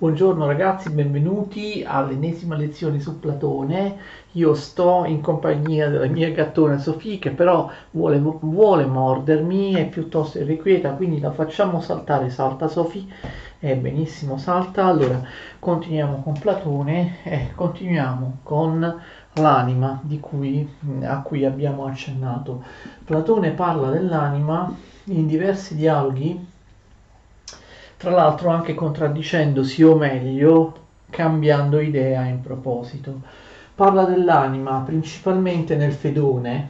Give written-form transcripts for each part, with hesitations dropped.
Buongiorno ragazzi, benvenuti all'ennesima lezione su Platone. Io sto in compagnia della mia gattona Sofì che però vuole mordermi, è piuttosto irrequieta, quindi la facciamo saltare. Salta Sofì, benissimo, salta. Allora, continuiamo con Platone e continuiamo con l'anima a cui abbiamo accennato. Platone parla dell'anima in diversi dialoghi, tra l'altro anche contraddicendosi, o meglio, cambiando idea in proposito. Parla dell'anima principalmente nel Fedone,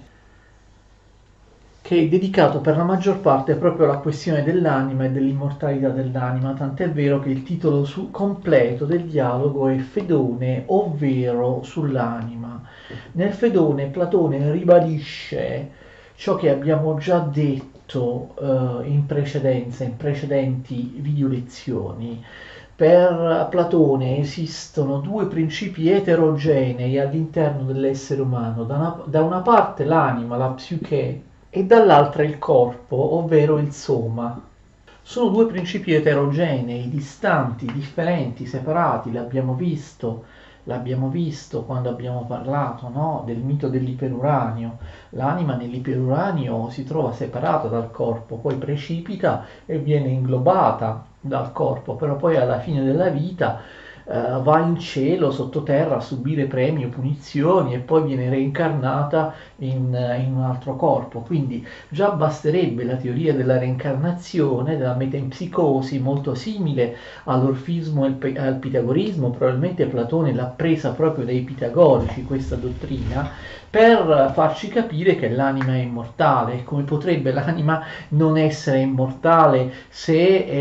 che è dedicato per la maggior parte proprio alla questione dell'anima e dell'immortalità dell'anima, tant'è vero che il titolo completo del dialogo è Fedone, ovvero sull'anima. Nel Fedone Platone ribadisce ciò che abbiamo già detto in precedenza, in precedenti video lezioni. Per Platone esistono due principi eterogenei all'interno dell'essere umano, da una parte l'anima, la psiche, e dall'altra il corpo, ovvero il soma. Sono due principi eterogenei, distanti, differenti, separati, l'abbiamo visto quando abbiamo parlato, no, del mito dell'iperuranio. L'anima nell'iperuranio si trova separata dal corpo, poi precipita e viene inglobata dal corpo, però poi alla fine della vita va in cielo, sottoterra a subire premi o punizioni e poi viene reincarnata in un altro corpo. Quindi già basterebbe la teoria della reincarnazione, della metempsicosi, molto simile all'orfismo e al pitagorismo. Probabilmente Platone l'ha presa proprio dai pitagorici questa dottrina, per farci capire che l'anima è immortale. Come potrebbe l'anima non essere immortale se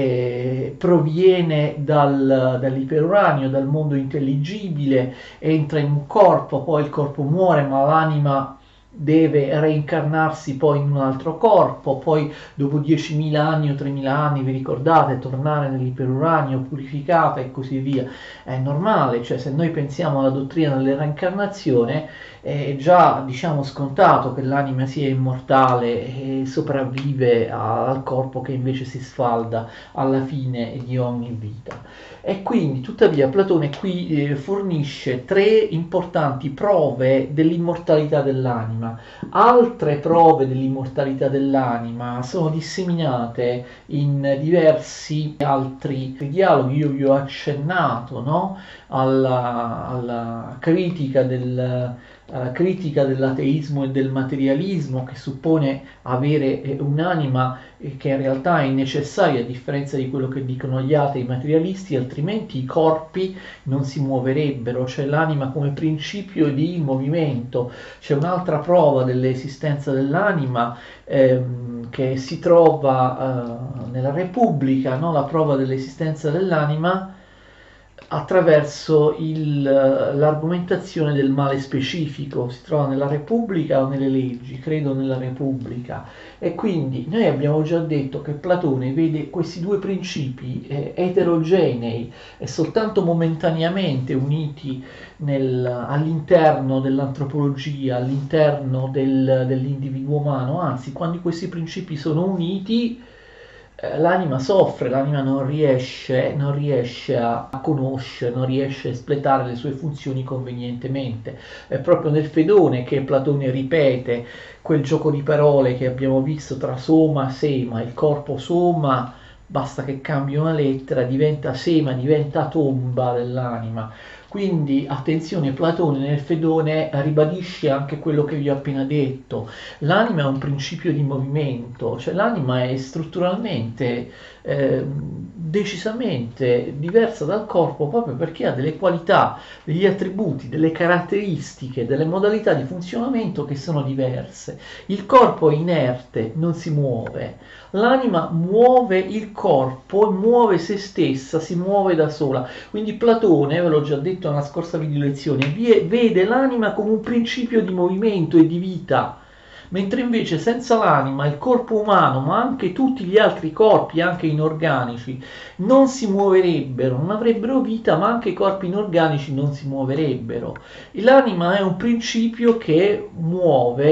proviene dall'iperuranio, dal mondo intelligibile, entra in un corpo, poi il corpo muore, ma l'anima deve reincarnarsi poi in un altro corpo, poi dopo 10.000 anni o 3.000 anni, vi ricordate, tornare nell'iperuranio purificata e così via. È normale, cioè se noi pensiamo alla dottrina della reincarnazione, è già diciamo scontato che l'anima sia immortale e sopravvive al corpo che invece si sfalda alla fine di ogni vita. E quindi tuttavia Platone qui fornisce tre importanti prove dell'immortalità dell'anima. Altre prove dell'immortalità dell'anima sono disseminate in diversi altri dialoghi. Io vi ho accennato, no? alla critica dell'ateismo e del materialismo, che suppone avere un'anima che in realtà è necessaria, a differenza di quello che dicono gli atei materialisti, altrimenti i corpi non si muoverebbero. C'è l'anima come principio di movimento. C'è un'altra prova dell'esistenza dell'anima che si trova nella Repubblica, no? La prova dell'esistenza dell'anima attraverso l'argomentazione del male specifico. Si trova nella Repubblica o nelle leggi? Credo nella Repubblica. E quindi noi abbiamo già detto che Platone vede questi due principi eterogenei e soltanto momentaneamente uniti all'interno dell'antropologia, all'interno dell'individuo umano. Anzi, quando questi principi sono uniti, l'anima soffre, l'anima non riesce a conoscere, non riesce a espletare le sue funzioni convenientemente. È proprio nel Fedone che Platone ripete quel gioco di parole che abbiamo visto tra soma e sema. Il corpo soma, basta che cambi una lettera, diventa sema, diventa tomba dell'anima. Quindi attenzione, Platone nel Fedone ribadisce anche quello che vi ho appena detto. L'anima è un principio di movimento, cioè l'anima è strutturalmente decisamente diversa dal corpo, proprio perché ha delle qualità, degli attributi, delle caratteristiche, delle modalità di funzionamento che sono diverse. Il corpo è inerte, non si muove. L'anima muove il corpo, muove se stessa, si muove da sola. Quindi Platone, ve l'ho già detto nella scorsa video lezione, vede l'anima come un principio di movimento e di vita, mentre invece senza l'anima il corpo umano, ma anche tutti gli altri corpi, anche inorganici, non si muoverebbero, non avrebbero vita, ma anche i corpi inorganici non si muoverebbero. L'anima è un principio che muove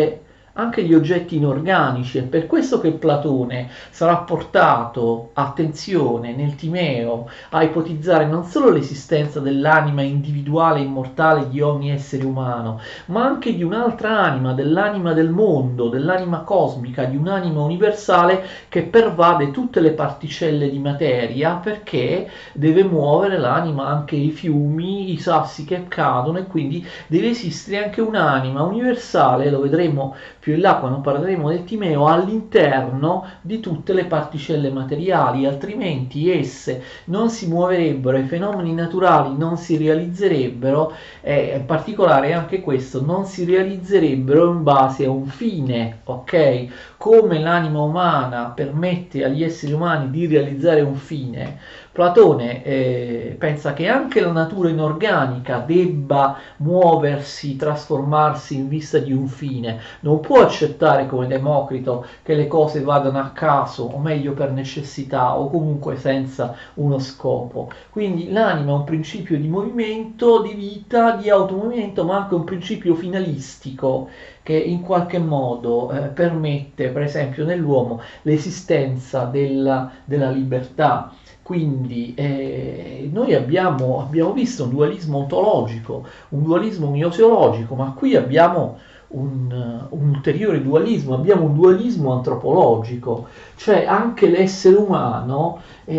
anche gli oggetti inorganici. È per questo che Platone sarà portato, attenzione, nel Timeo a ipotizzare non solo l'esistenza dell'anima individuale e immortale di ogni essere umano, ma anche di un'altra anima, dell'anima del mondo, dell'anima cosmica, di un'anima universale che pervade tutte le particelle di materia, perché deve muovere l'anima anche i fiumi, i sassi che cadono, e quindi deve esistere anche un'anima universale, lo vedremo più in là quando parleremo del Timeo, all'interno di tutte le particelle materiali, altrimenti esse non si muoverebbero, i fenomeni naturali non si realizzerebbero, e in particolare anche questo, non si realizzerebbero in base a un fine, ok? Come l'anima umana permette agli esseri umani di realizzare un fine, Platone pensa che anche la natura inorganica debba muoversi, trasformarsi in vista di un fine. Non può accettare come Democrito che le cose vadano a caso, o meglio per necessità, o comunque senza uno scopo. Quindi l'anima è un principio di movimento, di vita, di automovimento, ma anche un principio finalistico che in qualche modo permette, per esempio nell'uomo, l'esistenza della libertà. Quindi noi abbiamo visto un dualismo ontologico, un dualismo gnoseologico, ma qui abbiamo un ulteriore dualismo, abbiamo un dualismo antropologico, cioè anche l'essere umano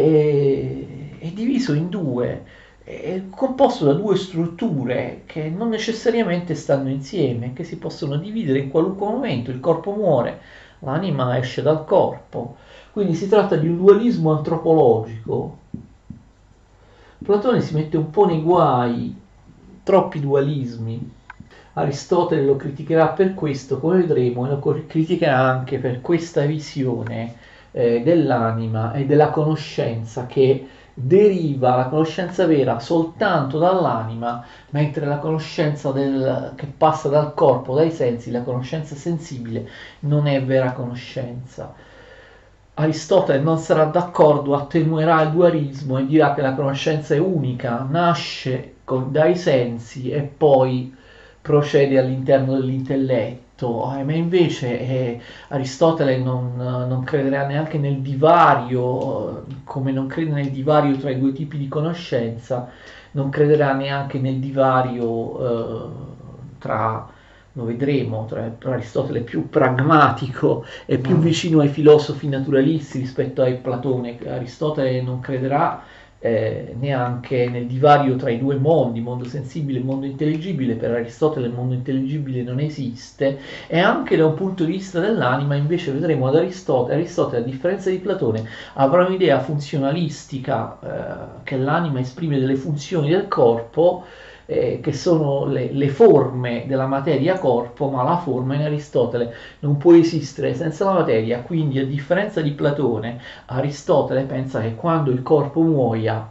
è diviso in due, è composto da due strutture che non necessariamente stanno insieme, che si possono dividere in qualunque momento. Il corpo muore, l'anima esce dal corpo. Quindi si tratta di un dualismo antropologico. Platone si mette un po' nei guai, troppi dualismi. Aristotele lo criticherà per questo, come vedremo, e lo criticherà anche per questa visione dell'anima e della conoscenza che deriva, la conoscenza vera, soltanto dall'anima, mentre la conoscenza che passa dal corpo, dai sensi, la conoscenza sensibile, non è vera conoscenza. Aristotele non sarà d'accordo, attenuerà il dualismo e dirà che la conoscenza è unica, nasce dai sensi e poi procede all'interno dell'intelletto, ma invece Aristotele non crederà neanche nel divario, come non crede nel divario tra i due tipi di conoscenza, non crederà neanche nel divario tra, lo vedremo, tra Aristotele più pragmatico e più vicino ai filosofi naturalisti rispetto a Platone. Aristotele non crederà neanche nel divario tra i due mondi, mondo sensibile e mondo intelligibile. Per Aristotele il mondo intelligibile non esiste, e anche da un punto di vista dell'anima invece vedremo ad Aristotele, a differenza di Platone, avrà un'idea funzionalistica, che l'anima esprime delle funzioni del corpo, che sono le forme della materia corpo, ma la forma in Aristotele non può esistere senza la materia. Quindi, a differenza di Platone, Aristotele pensa che quando il corpo muoia,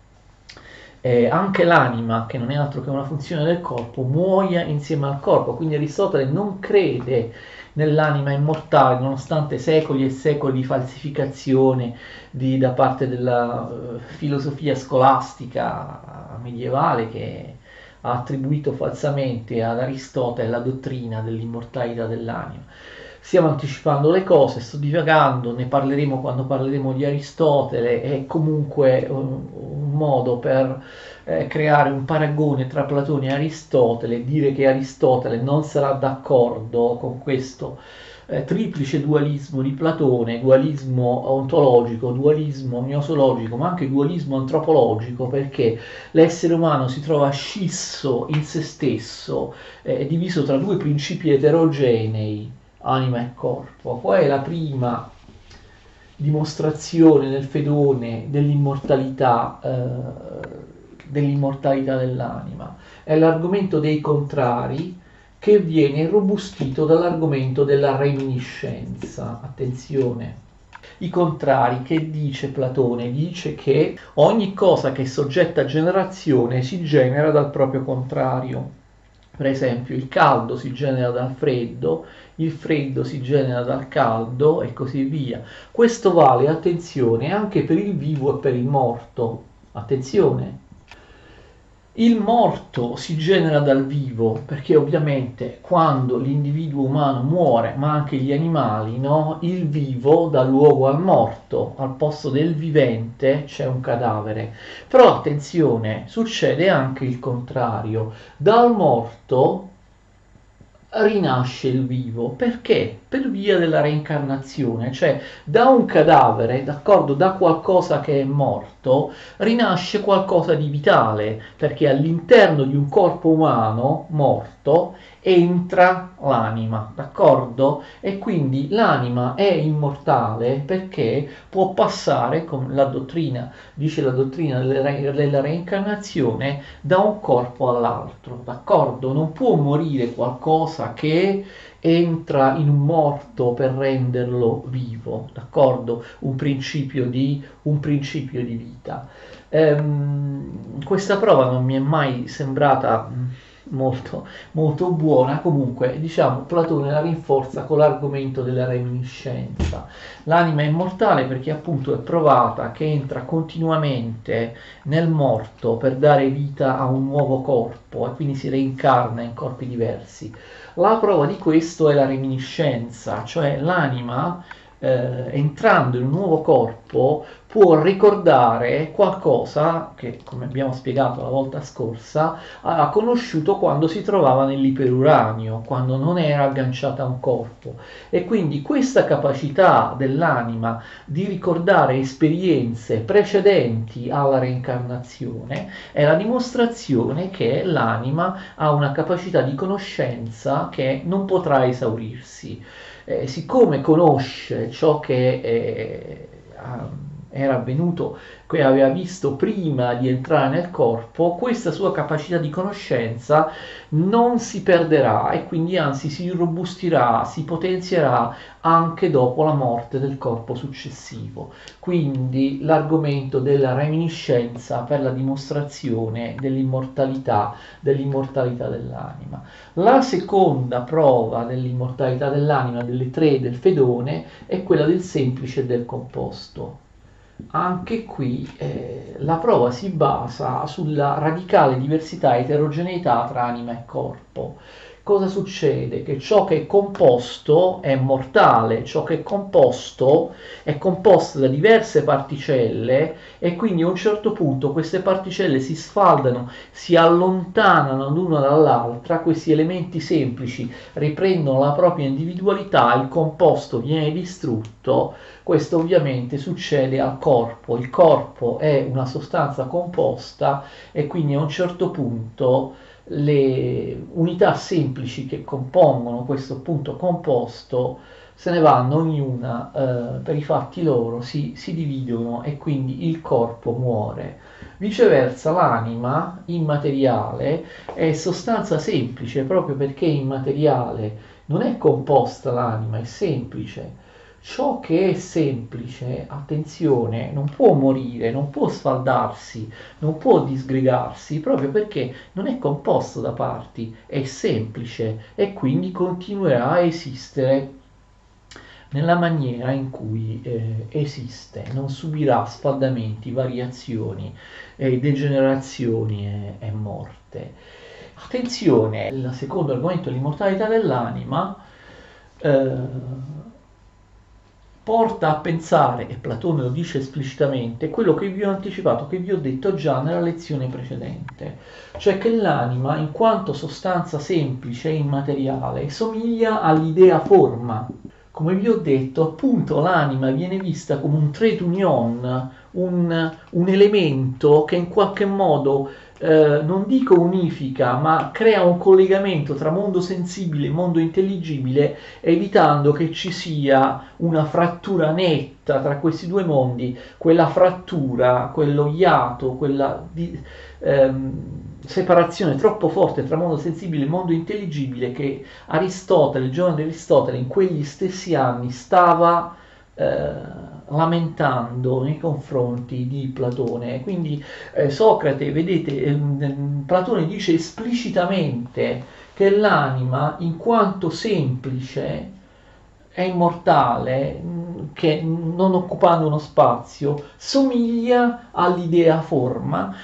anche l'anima, che non è altro che una funzione del corpo, muoia insieme al corpo. Quindi Aristotele non crede nell'anima immortale, nonostante secoli e secoli di falsificazione da parte della filosofia scolastica medievale, che ha attribuito falsamente ad Aristotele la dottrina dell'immortalità dell'anima. Stiamo anticipando le cose, sto divagando, ne parleremo quando parleremo di Aristotele. È comunque un modo per creare un paragone tra Platone e Aristotele, dire che Aristotele non sarà d'accordo con questo triplice dualismo di Platone, dualismo ontologico, dualismo gnosologico, ma anche dualismo antropologico, perché l'essere umano si trova scisso in se stesso, diviso tra due principi eterogenei, anima e corpo. Qual è la prima dimostrazione nel Fedone dell'immortalità dell'anima? È l'argomento dei contrari, che viene irrobustito dall'argomento della reminiscenza. Attenzione, i contrari, che dice Platone? Dice che ogni cosa che è soggetta a generazione si genera dal proprio contrario. Per esempio, il caldo si genera dal freddo, il freddo si genera dal caldo e così via. Questo vale, attenzione, anche per il vivo e per il morto. Attenzione. Il morto si genera dal vivo, perché ovviamente quando l'individuo umano muore, ma anche gli animali, no? Il vivo dà luogo al morto, al posto del vivente c'è un cadavere. Però attenzione, succede anche il contrario, dal morto rinasce il vivo. Perché? Per via della reincarnazione, cioè da un cadavere, d'accordo, da qualcosa che è morto, rinasce qualcosa di vitale, perché all'interno di un corpo umano morto entra l'anima, d'accordo? E quindi l'anima è immortale perché può passare, come la dottrina dice, la dottrina della reincarnazione, da un corpo all'altro, d'accordo? Non può morire qualcosa che entra in un morto per renderlo vivo, d'accordo? Un principio di vita. Questa prova non mi è mai sembrata molto buona, comunque diciamo Platone la rinforza con l'argomento della reminiscenza. L'anima è immortale perché appunto è provata che entra continuamente nel morto per dare vita a un nuovo corpo e quindi si reincarna in corpi diversi. La prova di questo è la reminiscenza, cioè l'anima entrando in un nuovo corpo può ricordare qualcosa che, come abbiamo spiegato la volta scorsa, ha conosciuto quando si trovava nell'iperuranio, quando non era agganciata a un corpo. E quindi questa capacità dell'anima di ricordare esperienze precedenti alla reincarnazione è la dimostrazione che l'anima ha una capacità di conoscenza che non potrà esaurirsi. Siccome conosce ciò che era avvenuto, che aveva visto prima di entrare nel corpo, questa sua capacità di conoscenza non si perderà e quindi anzi si robustirà, si potenzierà anche dopo la morte del corpo successivo. Quindi l'argomento della reminiscenza per la dimostrazione dell'immortalità dell'anima. La seconda prova dell'immortalità dell'anima, delle tre del Fedone, è quella del semplice e del composto. Anche qui la prova si basa sulla radicale diversità e eterogeneità tra anima e corpo. Cosa succede? Che ciò che è composto è mortale, ciò che è composto da diverse particelle e quindi a un certo punto queste particelle si sfaldano, si allontanano l'una dall'altra, questi elementi semplici riprendono la propria individualità, il composto viene distrutto. Questo ovviamente succede al corpo, il corpo è una sostanza composta e quindi a un certo punto le unità semplici che compongono questo punto composto se ne vanno ognuna per i fatti loro, si dividono e quindi il corpo muore. Viceversa l'anima immateriale è sostanza semplice proprio perché immateriale, non è composta l'anima, è semplice. Ciò che è semplice, attenzione, non può morire, non può sfaldarsi, non può disgregarsi, proprio perché non è composto da parti, è semplice e quindi continuerà a esistere nella maniera in cui esiste, non subirà sfaldamenti, variazioni, degenerazioni e morte. Attenzione, il secondo argomento, l'immortalità dell'anima, porta a pensare, e Platone lo dice esplicitamente, quello che vi ho anticipato, che vi ho detto già nella lezione precedente, cioè che l'anima, in quanto sostanza semplice e immateriale, somiglia all'idea forma. Come vi ho detto, appunto l'anima viene vista come un trait union, un elemento che in qualche modo non dico unifica, ma crea un collegamento tra mondo sensibile e mondo intelligibile, evitando che ci sia una frattura netta tra questi due mondi, quella frattura, quello iato, separazione troppo forte tra mondo sensibile e mondo intelligibile che Aristotele, il giovane Aristotele, in quegli stessi anni stava lamentando nei confronti di Platone. Quindi Socrate, vedete, Platone dice esplicitamente che l'anima, in quanto semplice, è immortale, che non occupando uno spazio somiglia all'idea forma,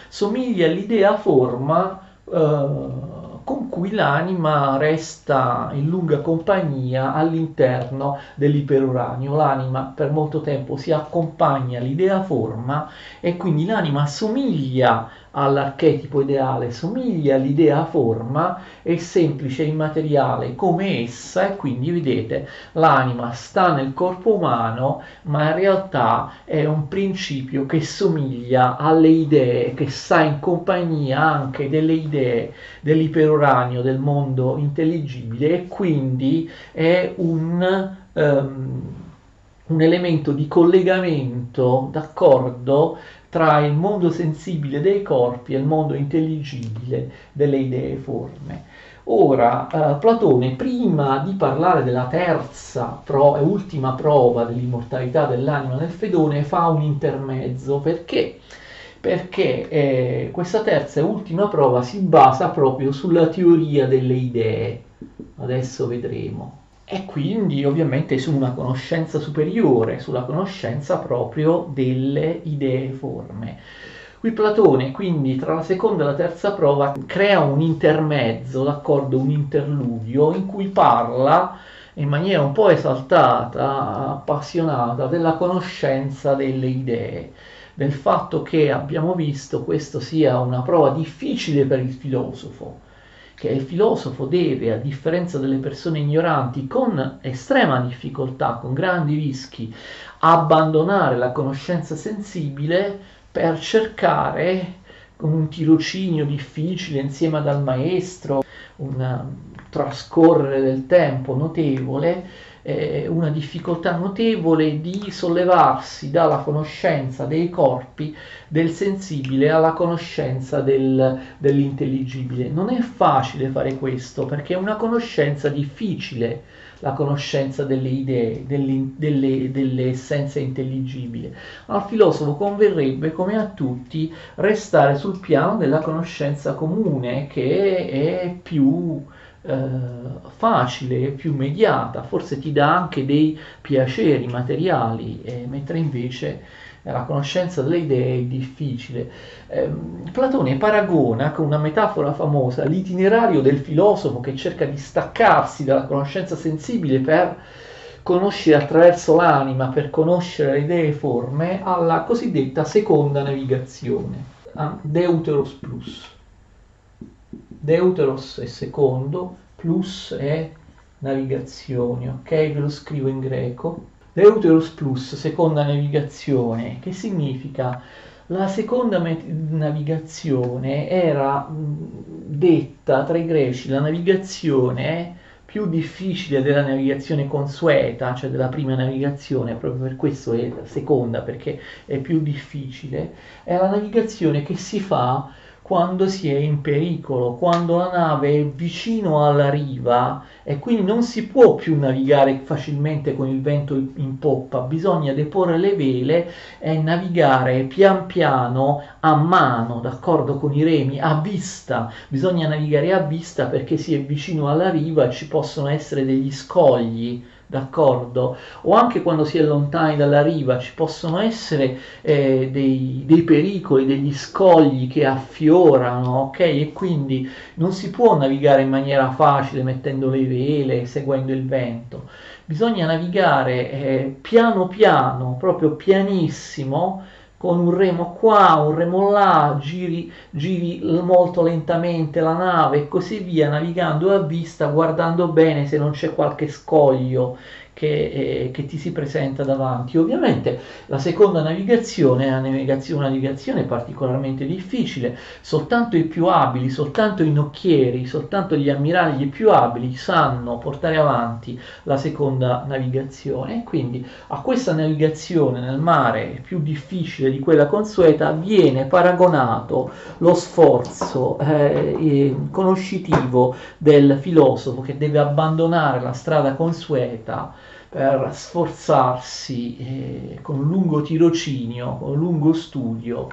con cui l'anima resta in lunga compagnia all'interno dell'iperuranio. L'anima per molto tempo si accompagna all'idea forma e quindi l'anima somiglia all'archetipo ideale, somiglia all'idea forma, è semplice, immateriale come essa, e quindi vedete l'anima sta nel corpo umano, ma in realtà è un principio che somiglia alle idee, che sta in compagnia anche delle idee dell'iperuranio, del mondo intelligibile, e quindi è un elemento di collegamento, d'accordo, tra il mondo sensibile dei corpi e il mondo intelligibile delle idee forme. Ora, Platone, prima di parlare della terza e ultima prova dell'immortalità dell'anima nel Fedone, fa un intermezzo. Perché? Perché questa terza e ultima prova si basa proprio sulla teoria delle idee. Adesso vedremo. E quindi ovviamente su una conoscenza superiore, sulla conoscenza proprio delle idee forme. Qui Platone, quindi tra la seconda e la terza prova, crea un intermezzo, d'accordo, un interludio in cui parla in maniera un po' esaltata, appassionata, della conoscenza delle idee, del fatto che abbiamo visto questo sia una prova difficile per il filosofo, che il filosofo deve, a differenza delle persone ignoranti, con estrema difficoltà, con grandi rischi, abbandonare la conoscenza sensibile per cercare, con un tirocinio difficile insieme al maestro, un trascorrere del tempo notevole, una difficoltà notevole di sollevarsi dalla conoscenza dei corpi, del sensibile, alla conoscenza dell'intelligibile. Non è facile fare questo perché è una conoscenza difficile, la conoscenza delle idee, delle essenze intelligibili. Al filosofo converrebbe, come a tutti, restare sul piano della conoscenza comune, che è più facile, più immediata, forse ti dà anche dei piaceri materiali, mentre invece la conoscenza delle idee è difficile. Platone paragona con una metafora famosa l'itinerario del filosofo che cerca di staccarsi dalla conoscenza sensibile per conoscere attraverso l'anima, per conoscere le idee forme, alla cosiddetta seconda navigazione, Deuteros plus. Deuteros è secondo, plus è navigazione, ok? Ve lo scrivo in greco. Deuteros plus, seconda navigazione, che significa la seconda navigazione era detta tra i greci la navigazione più difficile della navigazione consueta, cioè della prima navigazione, proprio per questo è la seconda, perché è più difficile, è la navigazione che si fa quando si è in pericolo, quando la nave è vicino alla riva e quindi non si può più navigare facilmente con il vento in poppa, bisogna deporre le vele e navigare pian piano a mano, d'accordo, con i remi, a vista. Bisogna navigare a vista perché si è vicino alla riva e ci possono essere degli scogli, d'accordo? O anche quando si è lontani dalla riva ci possono essere dei pericoli, degli scogli che affiorano, ok? E quindi non si può navigare in maniera facile mettendo le vele, seguendo il vento. Bisogna navigare piano piano, proprio pianissimo, con un remo qua, un remo là, giri molto lentamente la nave e così via, navigando a vista, guardando bene se non c'è qualche scoglio che ti si presenta davanti. Ovviamente la seconda navigazione è una navigazione particolarmente difficile, soltanto i più abili, soltanto i nocchieri, soltanto gli ammiragli più abili sanno portare avanti la seconda navigazione, e quindi a questa navigazione nel mare più difficile di quella consueta viene paragonato lo sforzo conoscitivo del filosofo che deve abbandonare la strada consueta per sforzarsi con un lungo tirocinio, con un lungo studio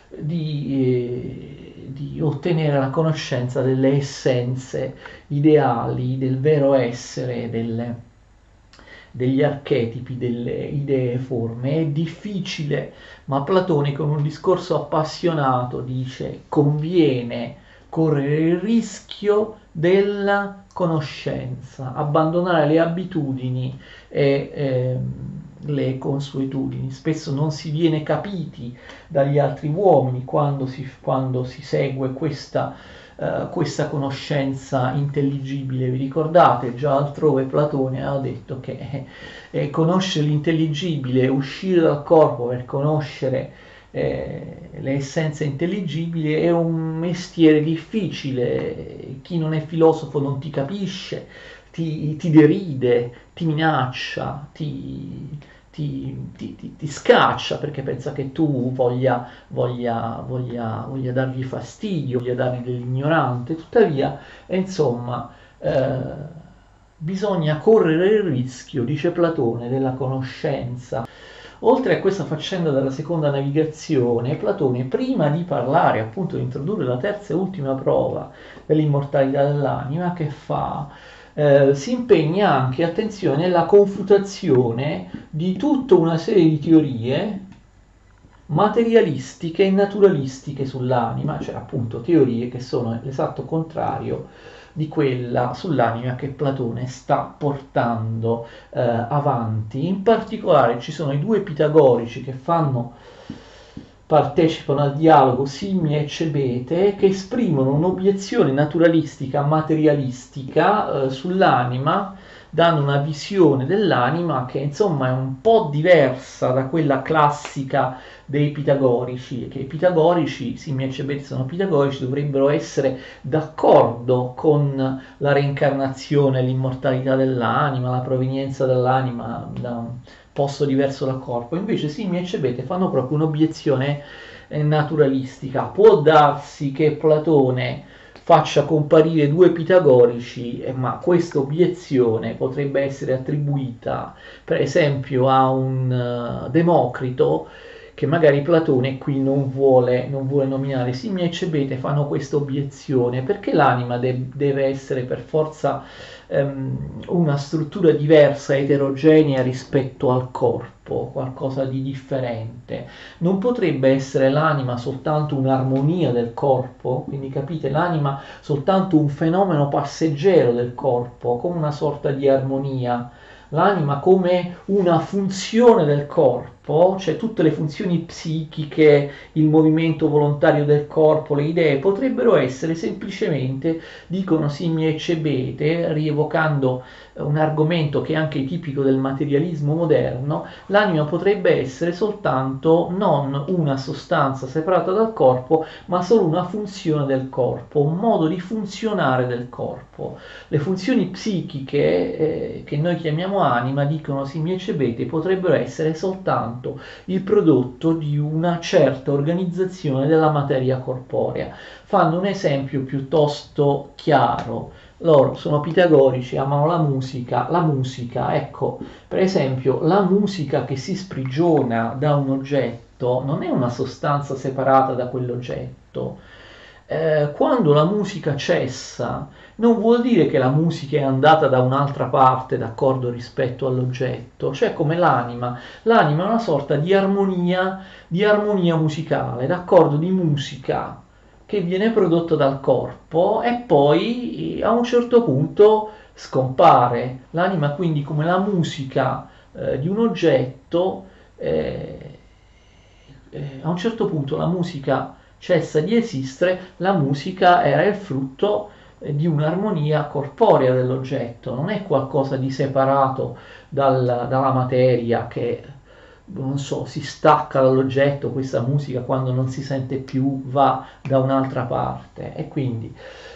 di ottenere la conoscenza delle essenze ideali, del vero essere degli archetipi, delle idee, forme. È difficile, ma Platone con un discorso appassionato dice: conviene correre il rischio della conoscenza, abbandonare le abitudini e le consuetudini. Spesso non si viene capiti dagli altri uomini quando si segue questa conoscenza intelligibile. Vi ricordate? Già altrove Platone ha detto che conoscere l'intelligibile, uscire dal corpo per conoscere le essenze intelligibili è un mestiere difficile. Chi non è filosofo non ti capisce, ti deride, ti minaccia, ti scaccia perché pensa che tu voglia dargli fastidio, voglia dargli dell'ignorante. Tuttavia, insomma, bisogna correre il rischio, dice Platone, della conoscenza. Oltre a questa faccenda della seconda navigazione, Platone, prima di parlare, appunto, di introdurre la terza e ultima prova dell'immortalità dell'anima, che fa? Si impegna anche, attenzione, nella confutazione di tutta una serie di teorie materialistiche e naturalistiche sull'anima, cioè appunto teorie che sono l'esatto contrario di quella sull'anima che Platone sta portando avanti. In particolare ci sono i due pitagorici che partecipano al dialogo, Simie e Cebete, che esprimono un'obiezione naturalistica, materialistica sull'anima, danno una visione dell'anima che insomma è un po' diversa da quella classica dei pitagorici, che i pitagorici, Simie e Cebete sono pitagorici, dovrebbero essere d'accordo con la reincarnazione, l'immortalità dell'anima, la provenienza dell'anima da un posto diverso dal corpo. Invece Simie e Cebete fanno proprio un'obiezione naturalistica. Può darsi che Platone faccia comparire due pitagorici, ma questa obiezione potrebbe essere attribuita per esempio a un Democrito, che magari Platone qui non vuole nominare. Simie e Cebete fanno questa obiezione perché l'anima deve essere per forza una struttura diversa, eterogenea rispetto al corpo, qualcosa di differente. Non potrebbe essere l'anima soltanto un'armonia del corpo, quindi capite, l'anima soltanto un fenomeno passeggero del corpo, come una sorta di armonia. L'anima come una funzione del corpo, cioè tutte le funzioni psichiche, il movimento volontario del corpo, le idee, potrebbero essere semplicemente, dicono Simie e Cebete, rievocando un argomento che è anche tipico del materialismo moderno, l'anima potrebbe essere soltanto non una sostanza separata dal corpo, ma solo una funzione del corpo, un modo di funzionare del corpo. Le funzioni psichiche che noi chiamiamo anima, dicono Simie e Cebete, potrebbero essere soltanto il prodotto di una certa organizzazione della materia corporea. Fanno un esempio piuttosto chiaro. Loro sono pitagorici, amano la musica, ecco, per esempio, la musica che si sprigiona da un oggetto non è una sostanza separata da quell'oggetto. Quando la musica cessa, non vuol dire che la musica è andata da un'altra parte, d'accordo, rispetto all'oggetto, cioè come l'anima. L'anima è una sorta di armonia musicale, d'accordo, di musica che viene prodotta dal corpo e poi a un certo punto scompare. L'anima quindi come la musica di un oggetto, a un certo punto la musica cessa di esistere, la musica era il frutto di un'armonia corporea dell'oggetto, non è qualcosa di separato dalla materia che, non so, si stacca dall'oggetto. Questa musica quando non si sente più va da un'altra parte. E quindi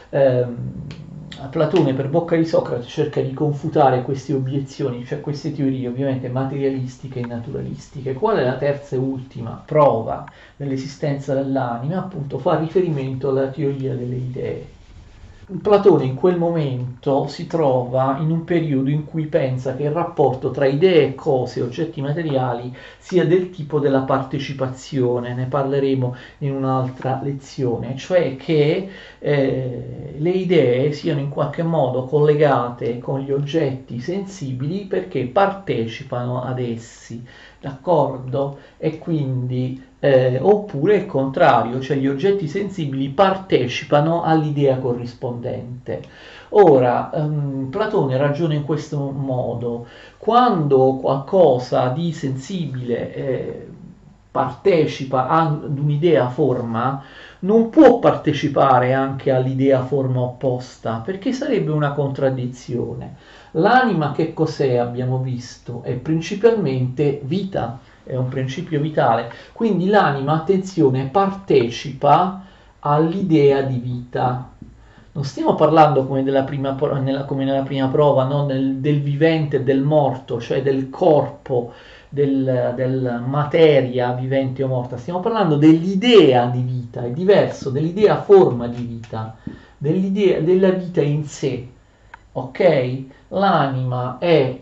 Platone per bocca di Socrate cerca di confutare queste obiezioni, cioè queste teorie ovviamente materialistiche e naturalistiche. Qual è la terza e ultima prova dell'esistenza dell'anima? Appunto fa riferimento alla teoria delle idee. Platone in quel momento si trova in un periodo in cui pensa che il rapporto tra idee, cose e oggetti materiali sia del tipo della partecipazione, ne parleremo in un'altra lezione, cioè che le idee siano in qualche modo collegate con gli oggetti sensibili perché partecipano ad essi, d'accordo? E quindi oppure il contrario, cioè gli oggetti sensibili partecipano all'idea corrispondente. Ora, Platone ragiona in questo modo: quando qualcosa di sensibile partecipa ad un'idea forma, non può partecipare anche all'idea forma opposta, perché sarebbe una contraddizione. L'anima che cos'è, abbiamo visto? È principalmente vita, è un principio vitale. Quindi l'anima, attenzione, partecipa all'idea di vita. Non stiamo parlando come, come nella prima prova, no? Del vivente e del morto, cioè del corpo, del materia vivente o morta. Stiamo parlando dell'idea di vita, è diverso, dell'idea forma di vita, dell'idea della vita in sé. Ok? L'anima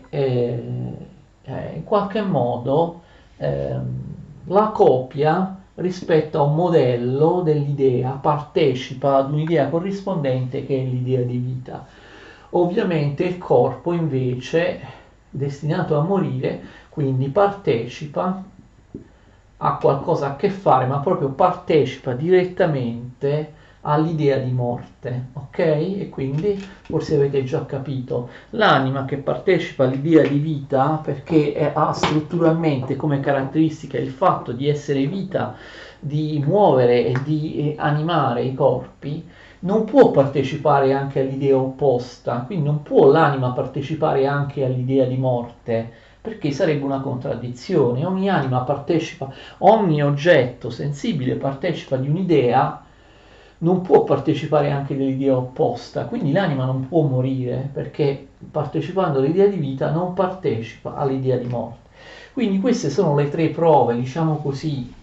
è in qualche modo la copia rispetto a un modello dell'idea, partecipa ad un'idea corrispondente che è l'idea di vita. Ovviamente il corpo invece, destinato a morire, quindi partecipa ha qualcosa a che fare, ma proprio partecipa direttamente all'idea di morte, ok? E quindi forse avete già capito, l'anima che partecipa all'idea di vita perché ha strutturalmente come caratteristica il fatto di essere vita, di muovere e di animare i corpi, non può partecipare anche all'idea opposta, quindi non può l'anima partecipare anche all'idea di morte, perché sarebbe una contraddizione. Ogni anima partecipa, ogni oggetto sensibile partecipa di un'idea, non può partecipare anche dell'idea opposta, quindi l'anima non può morire perché partecipando all'idea di vita non partecipa all'idea di morte. Quindi queste sono le tre prove, diciamo così,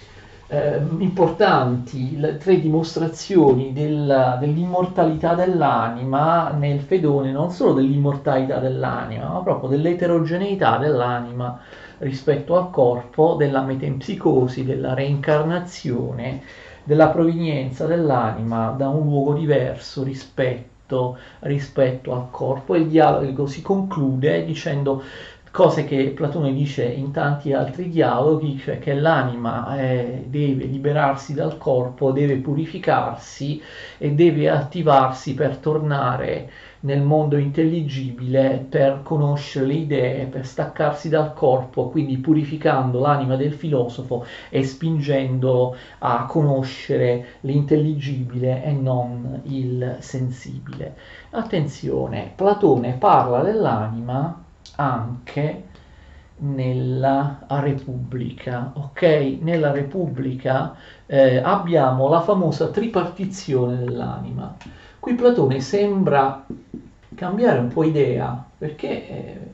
importanti, le tre dimostrazioni dell'immortalità dell'anima nel Fedone, non solo dell'immortalità dell'anima, ma proprio dell'eterogeneità dell'anima rispetto al corpo, della metempsicosi, della reincarnazione, della provenienza dell'anima da un luogo diverso rispetto al corpo. E il dialogo si conclude dicendo cose che Platone dice in tanti altri dialoghi, cioè che l'anima deve liberarsi dal corpo, deve purificarsi e deve attivarsi per tornare nel mondo intelligibile, per conoscere le idee, per staccarsi dal corpo, quindi purificando l'anima del filosofo e spingendolo a conoscere l'intelligibile e non il sensibile. Attenzione, Platone parla dell'anima anche nella Repubblica, ok? Nella Repubblica abbiamo la famosa tripartizione dell'anima. Qui Platone sembra cambiare un po' idea, perché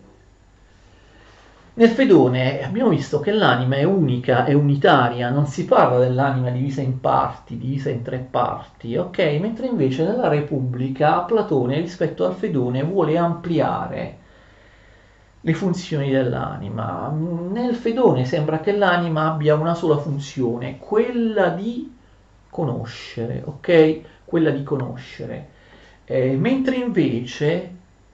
nel Fedone abbiamo visto che l'anima è unica, è unitaria, non si parla dell'anima divisa in parti, divisa in tre parti, ok? Mentre invece nella Repubblica Platone rispetto al Fedone vuole ampliare le funzioni dell'anima. Nel Fedone sembra che l'anima abbia una sola funzione, quella di conoscere, ok? Quella di conoscere. Mentre invece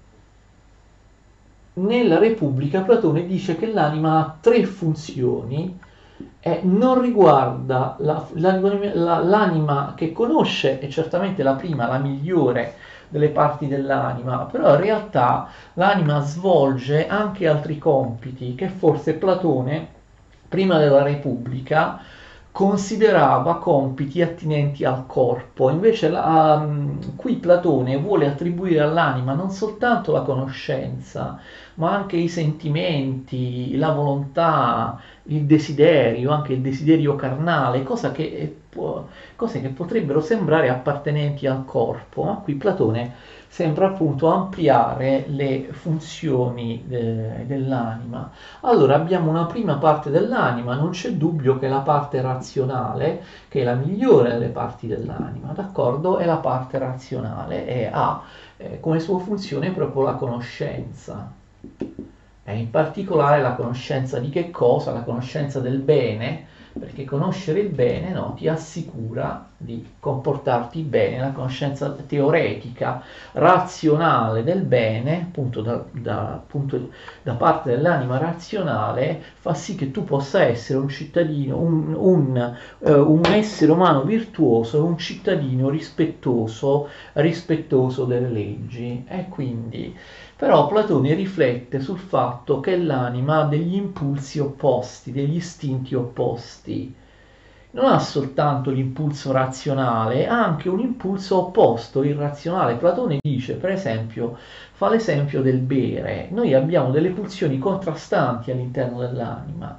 nella Repubblica Platone dice che l'anima ha tre funzioni e non riguarda l'anima che conosce, è certamente la prima, la migliore delle parti dell'anima, però in realtà l'anima svolge anche altri compiti che forse Platone, prima della Repubblica, considerava compiti attinenti al corpo. Invece qui Platone vuole attribuire all'anima non soltanto la conoscenza, ma anche i sentimenti, la volontà, il desiderio, anche il desiderio carnale, cose che potrebbero sembrare appartenenti al corpo, ma qui Platone sembra appunto ampliare le funzioni dell'anima. Allora abbiamo una prima parte dell'anima, non c'è dubbio che la parte razionale, che è la migliore delle parti dell'anima, d'accordo? È la parte razionale e ha come sua funzione proprio la conoscenza. E in particolare la conoscenza di che cosa? La conoscenza del bene, perché conoscere il bene, no, ti assicura di comportarti bene, la conoscenza teoretica, razionale del bene, appunto da parte dell'anima razionale, fa sì che tu possa essere un cittadino, un essere umano virtuoso, un cittadino rispettoso delle leggi. E quindi però Platone riflette sul fatto che l'anima ha degli impulsi opposti, degli istinti opposti. Non ha soltanto l'impulso razionale, ha anche un impulso opposto, irrazionale. Platone dice, per esempio, fa l'esempio del bere. Noi abbiamo delle pulsioni contrastanti all'interno dell'anima.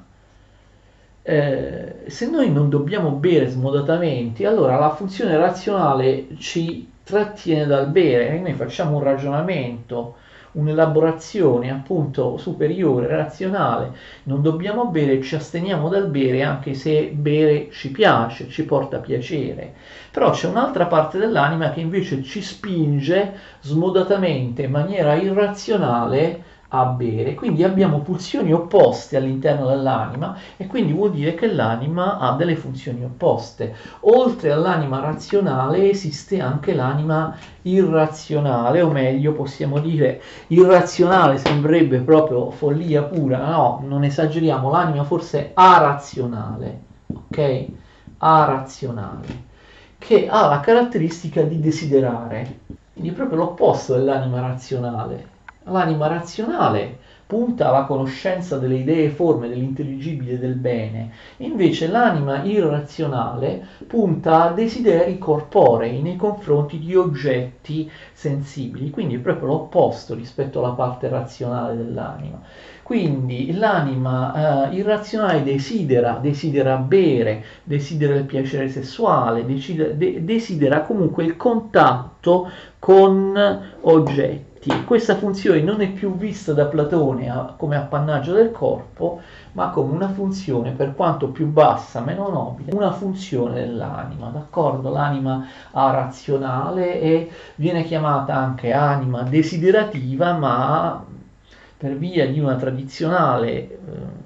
Se noi non dobbiamo bere smodatamente, allora la funzione razionale ci trattiene dal bere e noi facciamo un ragionamento, un'elaborazione appunto superiore, razionale, non dobbiamo bere, ci asteniamo dal bere anche se bere ci piace, ci porta piacere. Però c'è un'altra parte dell'anima che invece ci spinge smodatamente, in maniera irrazionale, a bere. Quindi abbiamo pulsioni opposte all'interno dell'anima e quindi vuol dire che l'anima ha delle funzioni opposte. Oltre all'anima razionale esiste anche l'anima irrazionale, o meglio possiamo dire irrazionale, sembrerebbe proprio follia pura, no, non esageriamo, l'anima forse è arazionale, ok? Arazionale, che ha la caratteristica di desiderare, quindi proprio l'opposto dell'anima razionale. L'anima razionale punta alla conoscenza delle idee e forme dell'intelligibile e del bene, invece l'anima irrazionale punta a desideri corporei nei confronti di oggetti sensibili, quindi è proprio l'opposto rispetto alla parte razionale dell'anima. Quindi l'anima irrazionale desidera bere, desidera il piacere sessuale, desidera comunque il contatto con oggetti. Questa funzione non è più vista da Platone come appannaggio del corpo, ma come una funzione, per quanto più bassa, meno nobile, una funzione dell'anima, d'accordo? L'anima arazionale e viene chiamata anche anima desiderativa, ma per via di una tradizionale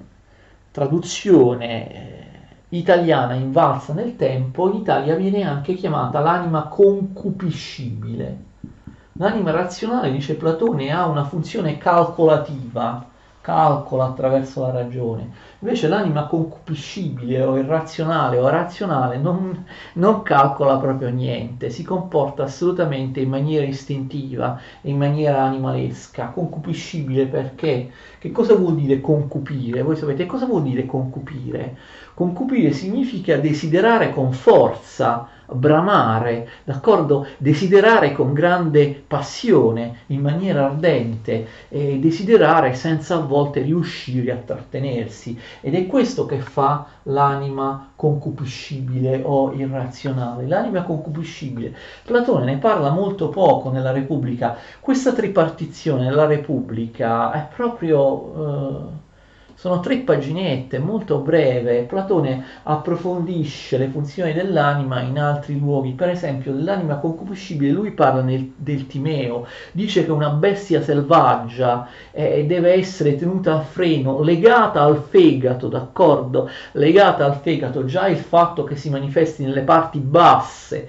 traduzione italiana invalsa nel tempo, in Italia viene anche chiamata l'anima concupiscibile. L'anima razionale, dice Platone, ha una funzione calcolativa, calcola attraverso la ragione. Invece l'anima concupiscibile o irrazionale o razionale non calcola proprio niente, si comporta assolutamente in maniera istintiva, in maniera animalesca. Concupiscibile perché? Che cosa vuol dire concupire? Voi sapete cosa vuol dire concupire? Concupire significa desiderare con forza, bramare, d'accordo? Desiderare con grande passione, in maniera ardente, e desiderare senza a volte riuscire a trattenersi. Ed è questo che fa l'anima concupiscibile o irrazionale. L'anima concupiscibile, Platone ne parla molto poco nella Repubblica. Questa tripartizione nella Repubblica è proprio... sono 3 paginette, molto breve. Platone approfondisce le funzioni dell'anima in altri luoghi. Per esempio, dell'anima concupiscibile lui parla del Timeo, dice che una bestia selvaggia deve essere tenuta a freno, legata al fegato, d'accordo? Legata al fegato, già il fatto che si manifesti nelle parti basse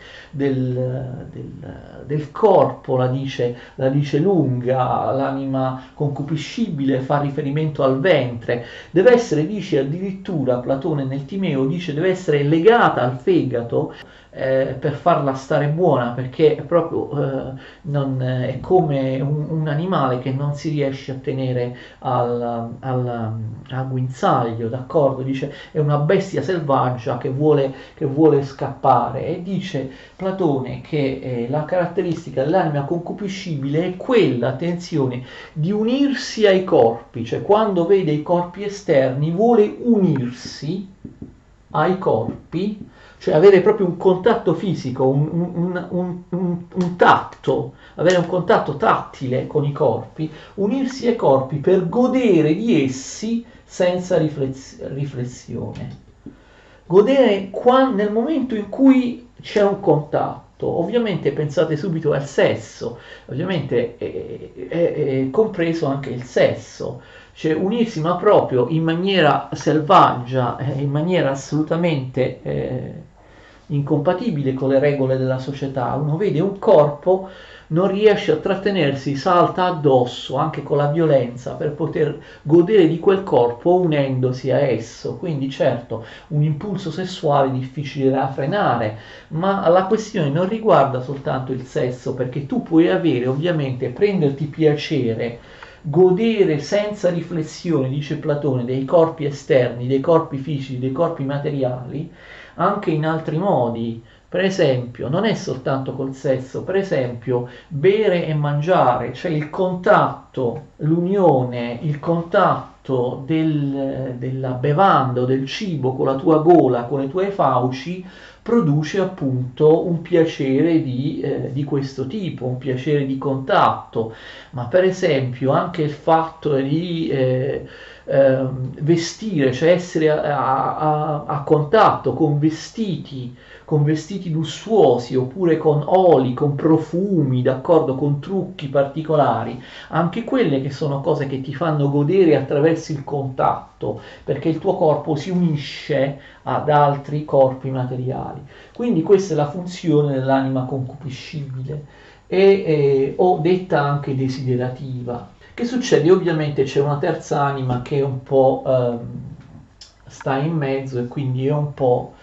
del corpo la dice lunga. L'anima concupiscibile fa riferimento al ventre, deve essere, dice addirittura Platone nel Timeo, dice deve essere legata al fegato per farla stare buona, perché è proprio è come un animale che non si riesce a tenere al guinzaglio, d'accordo? Dice è una bestia selvaggia che vuole scappare, e dice Platone che la caratteristica dell'anima concupiscibile è quella, attenzione, di unirsi ai corpi, cioè quando vede i corpi esterni vuole unirsi ai corpi, cioè avere proprio un contatto fisico, un tatto, avere un contatto tattile con i corpi, unirsi ai corpi per godere di essi senza riflessione. Godere nel momento in cui c'è un contatto. Ovviamente pensate subito al sesso, ovviamente è compreso anche il sesso, cioè unirsi ma proprio in maniera selvaggia, in maniera assolutamente incompatibile con le regole della società. Uno vede un corpo, non riesce a trattenersi, salta addosso anche con la violenza per poter godere di quel corpo unendosi a esso. Quindi certo un impulso sessuale difficile da frenare, ma la questione non riguarda soltanto il sesso, perché tu puoi avere, ovviamente, prenderti piacere, godere senza riflessione, dice Platone, dei corpi esterni, dei corpi fisici, dei corpi materiali, anche in altri modi. Per esempio, non è soltanto col sesso, per esempio, bere e mangiare, cioè il contatto, l'unione, il contatto della bevanda o del cibo con la tua gola, con le tue fauci, produce appunto un piacere di questo tipo, un piacere di contatto. Ma per esempio anche il fatto di vestire, cioè essere a contatto con vestiti lussuosi oppure con oli, con profumi, d'accordo, con trucchi particolari, anche quelle che sono cose che ti fanno godere attraverso il contatto, perché il tuo corpo si unisce ad altri corpi materiali. Quindi questa è la funzione dell'anima concupiscibile o detta anche desiderativa. Che succede? Ovviamente c'è una terza anima che un po' sta in mezzo, e quindi è un po'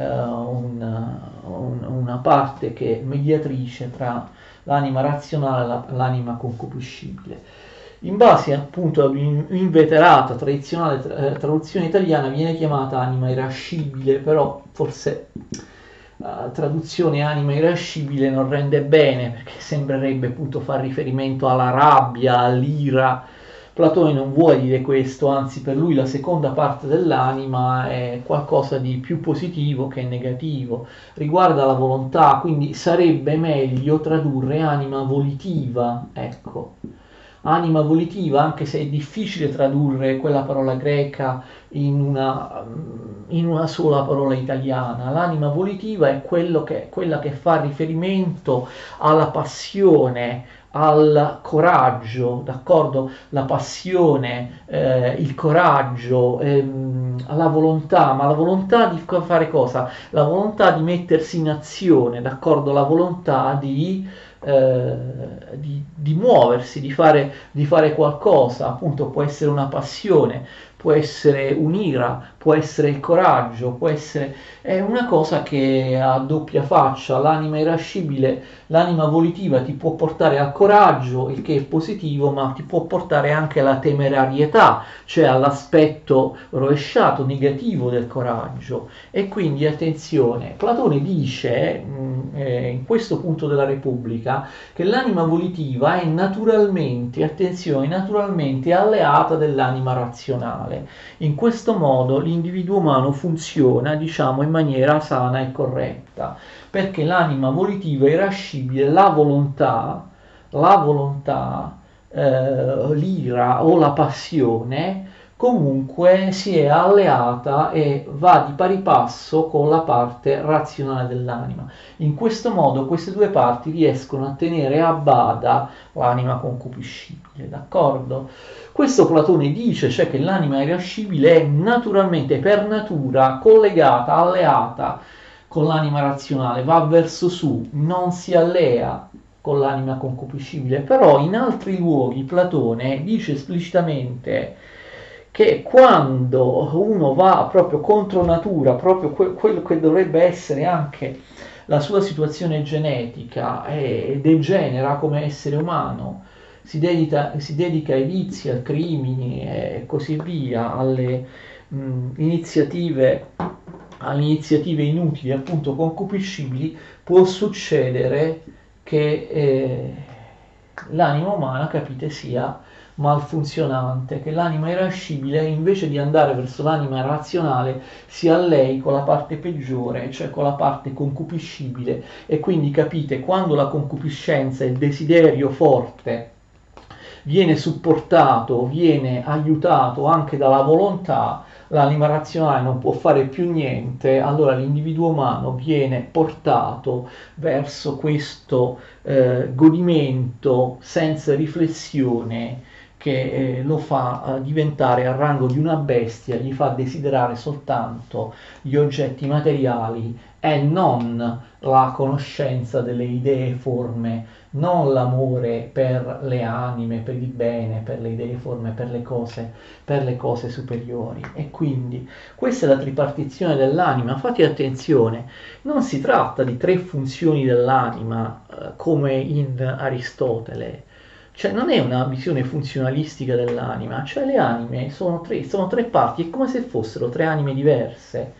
una parte che è mediatrice tra l'anima razionale e l'anima concupiscibile. In base appunto all'inveterata tradizionale traduzione italiana viene chiamata anima irascibile, però forse la traduzione anima irascibile non rende bene, perché sembrerebbe appunto far riferimento alla rabbia, all'ira. Platone non vuole dire questo, anzi per lui la seconda parte dell'anima è qualcosa di più positivo che negativo, riguarda la volontà, quindi sarebbe meglio tradurre anima volitiva, ecco. Anima volitiva, anche se è difficile tradurre quella parola greca in una sola parola italiana. L'anima volitiva è quella che fa riferimento alla passione, al coraggio, d'accordo? La passione, il coraggio, la volontà, ma la volontà di fare cosa? La volontà di mettersi in azione, d'accordo? La volontà di muoversi, di fare qualcosa, appunto può essere una passione, può essere un'ira, può essere il coraggio, può essere... È una cosa che ha doppia faccia. L'anima irascibile, l'anima volitiva ti può portare al coraggio, il che è positivo, ma ti può portare anche alla temerarietà, cioè all'aspetto rovesciato, negativo del coraggio. E quindi attenzione, Platone dice in questo punto della Repubblica che l'anima volitiva è naturalmente, attenzione, naturalmente alleata dell'anima razionale. In questo modo l'individuo umano funziona, diciamo, in maniera sana e corretta, perché l'anima volitiva è irascibile, la volontà, l'ira o la passione comunque si è alleata e va di pari passo con la parte razionale dell'anima. In questo modo queste due parti riescono a tenere a bada l'anima concupiscibile, d'accordo? Questo Platone dice, cioè che l'anima irascibile è naturalmente, per natura, collegata, alleata con l'anima razionale, va verso su, non si allea con l'anima concupiscibile. Però in altri luoghi Platone dice esplicitamente che quando uno va proprio contro natura, proprio quello che dovrebbe essere anche la sua situazione genetica e degenera come essere umano, si dedica ai vizi, ai crimini e così via, iniziative, alle iniziative inutili, appunto concupiscibili, può succedere che l'anima umana, capite, sia malfunzionante, che l'anima irascibile, invece di andare verso l'anima razionale, sia lei con la parte peggiore, cioè con la parte concupiscibile. E quindi capite, quando la concupiscenza, il desiderio forte, viene supportato, viene aiutato anche dalla volontà, l'anima razionale non può fare più niente, allora l'individuo umano viene portato verso questo godimento senza riflessione che lo fa diventare a rango di una bestia, gli fa desiderare soltanto gli oggetti materiali e non la conoscenza delle idee forme, non l'amore per le anime, per il bene, per le idee forme, per le cose superiori. E quindi questa è la tripartizione dell'anima. Fate attenzione, non si tratta di tre funzioni dell'anima come in Aristotele, cioè non è una visione funzionalistica dell'anima, cioè le anime sono tre parti, è come se fossero tre anime diverse.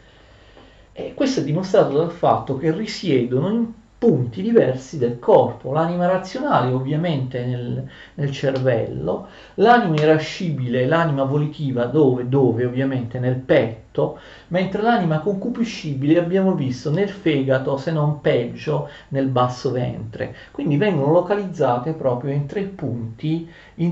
E questo è dimostrato dal fatto che risiedono in punti diversi del corpo. L'anima razionale ovviamente nel cervello, l'anima irascibile, l'anima volitiva dove ovviamente nel petto, mentre l'anima concupiscibile abbiamo visto nel fegato, se non peggio nel basso ventre. Quindi vengono localizzate proprio in tre punti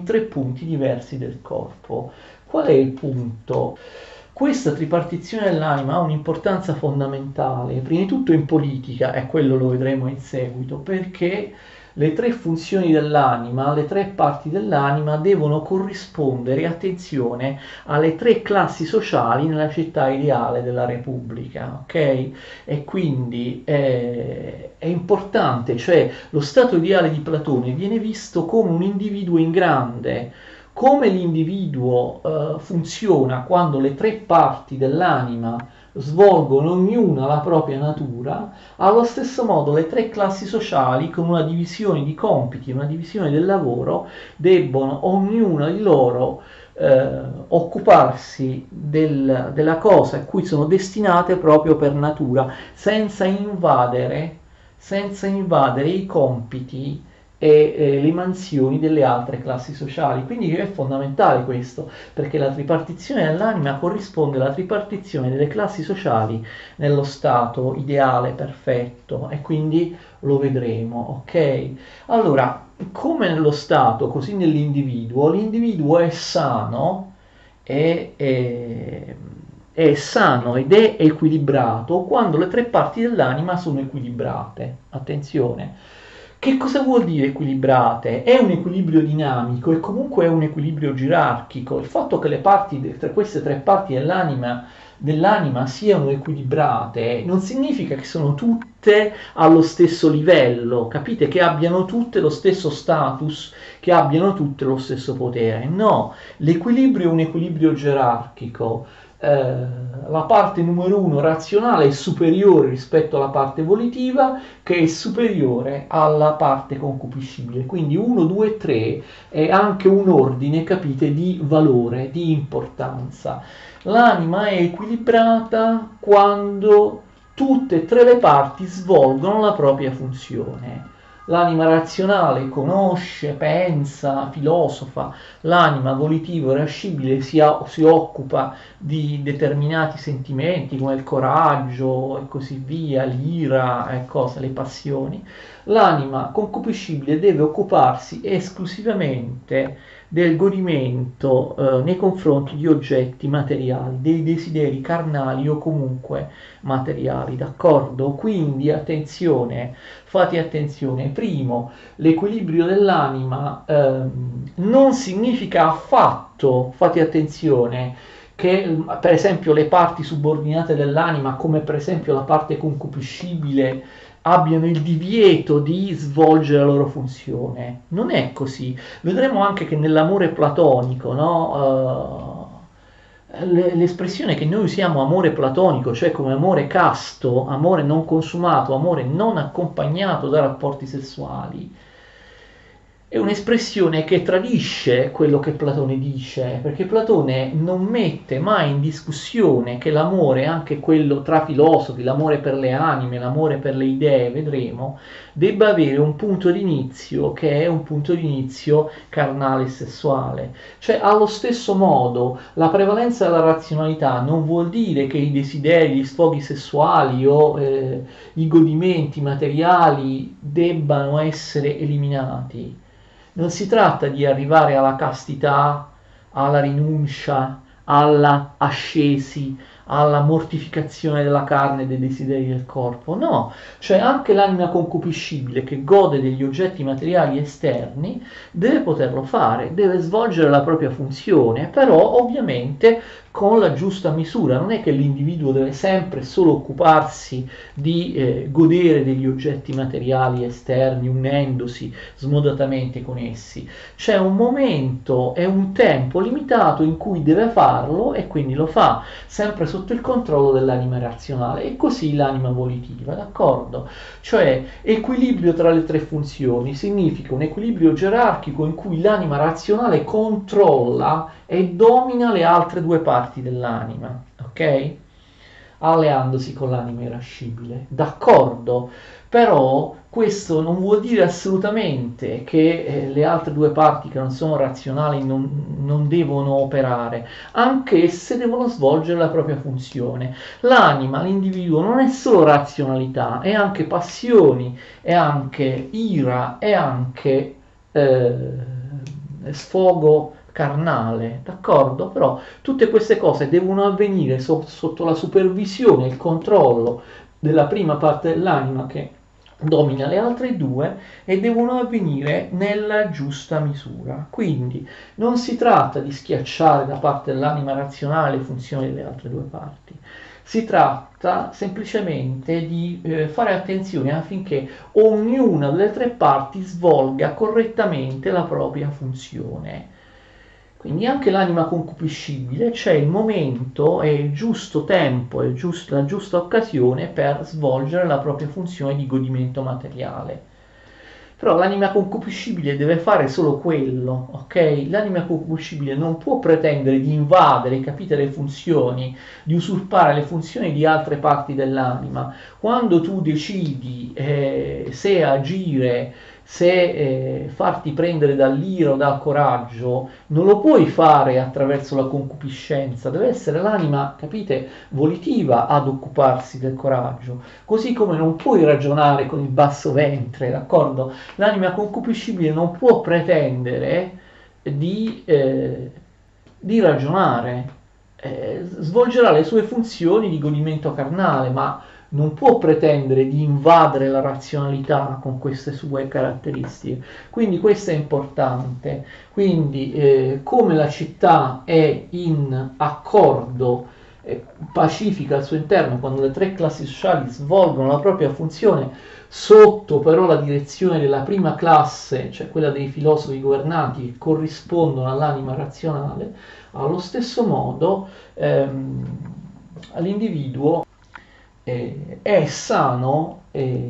diversi del corpo. Qual è il punto? Questa tripartizione dell'anima ha un'importanza fondamentale, prima di tutto in politica, e quello lo vedremo in seguito, perché le tre funzioni dell'anima, le tre parti dell'anima devono corrispondere, attenzione, alle tre classi sociali nella città ideale della Repubblica, ok? E quindi è importante, cioè lo stato ideale di Platone viene visto come un individuo in grande. Come l'individuo funziona quando le tre parti dell'anima svolgono ognuna la propria natura, allo stesso modo le tre classi sociali, con una divisione di compiti, una divisione del lavoro, debbono ognuna di loro occuparsi della cosa a cui sono destinate proprio per natura, senza invadere i compiti e le mansioni delle altre classi sociali. Quindi è fondamentale questo, perché la tripartizione dell'anima corrisponde alla tripartizione delle classi sociali nello stato ideale, perfetto, e quindi lo vedremo, ok? Allora, come nello stato, così nell'individuo, l'individuo è sano, è sano ed è equilibrato quando le tre parti dell'anima sono equilibrate. Attenzione. Che cosa vuol dire equilibrate? È un equilibrio dinamico e comunque è un equilibrio gerarchico. Il fatto che le parti, queste tre parti dell'anima siano equilibrate non significa che sono tutte allo stesso livello, capite? Che abbiano tutte lo stesso status, che abbiano tutte lo stesso potere. No, l'equilibrio è un equilibrio gerarchico. La parte numero uno razionale è superiore rispetto alla parte volitiva, che è superiore alla parte concupiscibile. Quindi 1, 2, 3 è anche un ordine, capite, di valore, di importanza. L'anima è equilibrata quando tutte e tre le parti svolgono la propria funzione. L'anima razionale conosce, pensa, filosofa, l'anima volitivo-irascibile si occupa di determinati sentimenti come il coraggio e così via, l'ira e le passioni. L'anima concupiscibile deve occuparsi esclusivamente del godimento nei confronti di oggetti materiali, dei desideri carnali o comunque materiali, d'accordo? Quindi attenzione, fate attenzione. Primo, l'equilibrio dell'anima non significa affatto, fate attenzione, che per esempio le parti subordinate dell'anima, come per esempio la parte concupiscibile, abbiano il divieto di svolgere la loro funzione. Non è così. Vedremo anche che nell'amore platonico, no? l'espressione che noi usiamo amore platonico, cioè come amore casto, amore non consumato, amore non accompagnato da rapporti sessuali, è un'espressione che tradisce quello che Platone dice, perché Platone non mette mai in discussione che l'amore, anche quello tra filosofi, l'amore per le anime, l'amore per le idee, vedremo, debba avere un punto di inizio che è un punto di inizio carnale e sessuale. Cioè, allo stesso modo, la prevalenza della razionalità non vuol dire che i desideri, gli sfoghi sessuali o i godimenti materiali debbano essere eliminati. Non si tratta di arrivare alla castità, alla rinuncia, alla ascesi, alla mortificazione della carne e dei desideri del corpo. No, cioè anche l'anima concupiscibile che gode degli oggetti materiali esterni deve poterlo fare, deve svolgere la propria funzione, però ovviamente con la giusta misura. Non è che l'individuo deve sempre solo occuparsi di godere degli oggetti materiali esterni, unendosi smodatamente con essi. C'è un momento e un tempo limitato in cui deve farlo e quindi lo fa, sempre sotto il controllo dell'anima razionale e così l'anima volitiva, d'accordo? Cioè equilibrio tra le tre funzioni significa un equilibrio gerarchico in cui l'anima razionale controlla e domina le altre due parti dell'anima, ok? Alleandosi con l'anima irascibile, d'accordo? Però questo non vuol dire assolutamente che le altre due parti che non sono razionali non devono operare, anche esse devono svolgere la propria funzione. L'anima, l'individuo non è solo razionalità, è anche passioni, è anche ira, è anche sfogo carnale, d'accordo? Però tutte queste cose devono avvenire sotto la supervisione e il controllo della prima parte dell'anima che domina le altre due e devono avvenire nella giusta misura. Quindi non si tratta di schiacciare da parte dell'anima razionale le funzioni delle altre due parti. Si tratta semplicemente di fare attenzione affinché ognuna delle tre parti svolga correttamente la propria funzione. Quindi anche l'anima concupiscibile c'è il momento e il giusto tempo e la giusta occasione per svolgere la propria funzione di godimento materiale. Però l'anima concupiscibile deve fare solo quello, ok? L'anima concupiscibile non può pretendere di invadere, capite, le funzioni, di usurpare le funzioni di altre parti dell'anima. Quando tu decidi se agire, se farti prendere dall'ira o dal coraggio, non lo puoi fare attraverso la concupiscenza, deve essere l'anima, capite, volitiva ad occuparsi del coraggio, così come non puoi ragionare con il basso ventre, d'accordo? L'anima concupiscibile non può pretendere di ragionare, svolgerà le sue funzioni di godimento carnale, ma non può pretendere di invadere la razionalità con queste sue caratteristiche. Quindi questo è importante. Quindi come la città è in accordo pacifica al suo interno quando le tre classi sociali svolgono la propria funzione sotto però la direzione della prima classe, cioè quella dei filosofi governanti che corrispondono all'anima razionale, allo stesso modo all'individuo è sano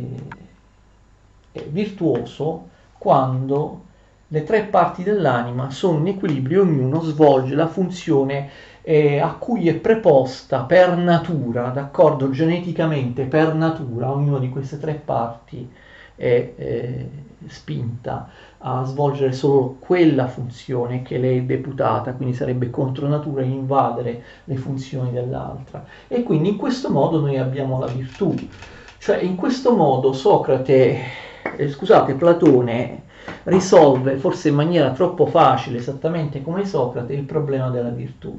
e virtuoso quando le tre parti dell'anima sono in equilibrio, ognuno svolge la funzione a cui è preposta per natura, d'accordo? Geneticamente per natura, ognuna di queste tre parti è spinta a svolgere solo quella funzione che le è deputata, quindi sarebbe contro natura invadere le funzioni dell'altra. E quindi in questo modo noi abbiamo la virtù, cioè in questo modo Platone risolve forse in maniera troppo facile, esattamente come Socrate, il problema della virtù.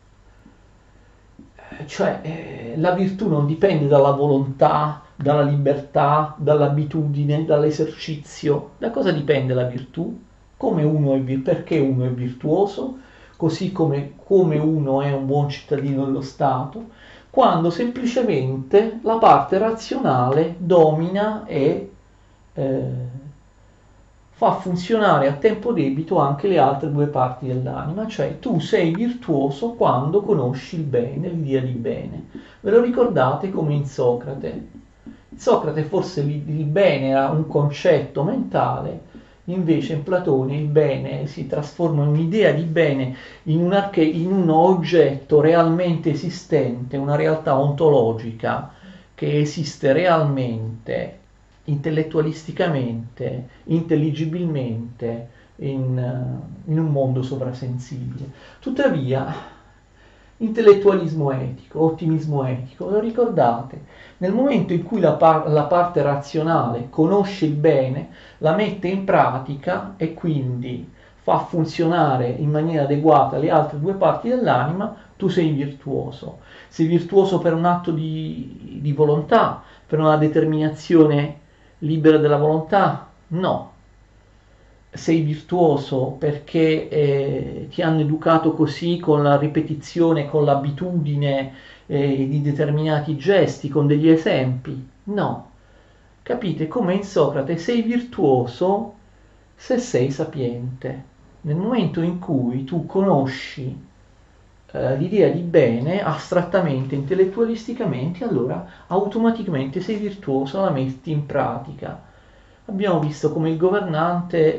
Cioè la virtù non dipende dalla volontà, dalla libertà, dall'abitudine, dall'esercizio. Da cosa dipende la virtù? Perché uno è virtuoso, così come uno è un buon cittadino dello Stato, quando semplicemente la parte razionale domina e fa funzionare a tempo debito anche le altre due parti dell'anima, cioè tu sei virtuoso quando conosci il bene, l'idea di bene. Ve lo ricordate come in Socrate? In Socrate forse il bene era un concetto mentale, invece in Platone il bene si trasforma in un'idea di bene, in un oggetto realmente esistente, una realtà ontologica che esiste realmente, intellettualisticamente, intelligibilmente, in un mondo sovrasensibile. Tuttavia, intellettualismo etico, ottimismo etico, lo ricordate? Nel momento in cui la parte razionale conosce il bene, la mette in pratica e quindi fa funzionare in maniera adeguata le altre due parti dell'anima, tu sei virtuoso. Sei virtuoso per un atto di volontà, per una determinazione libera della volontà? No. Sei virtuoso perché ti hanno educato così con la ripetizione, con l'abitudine di determinati gesti, con degli esempi? No. Capite come in Socrate sei virtuoso se sei sapiente. Nel momento in cui tu conosci l'idea di bene astrattamente, intellettualisticamente, allora automaticamente sei virtuoso, la metti in pratica. Abbiamo visto come il governante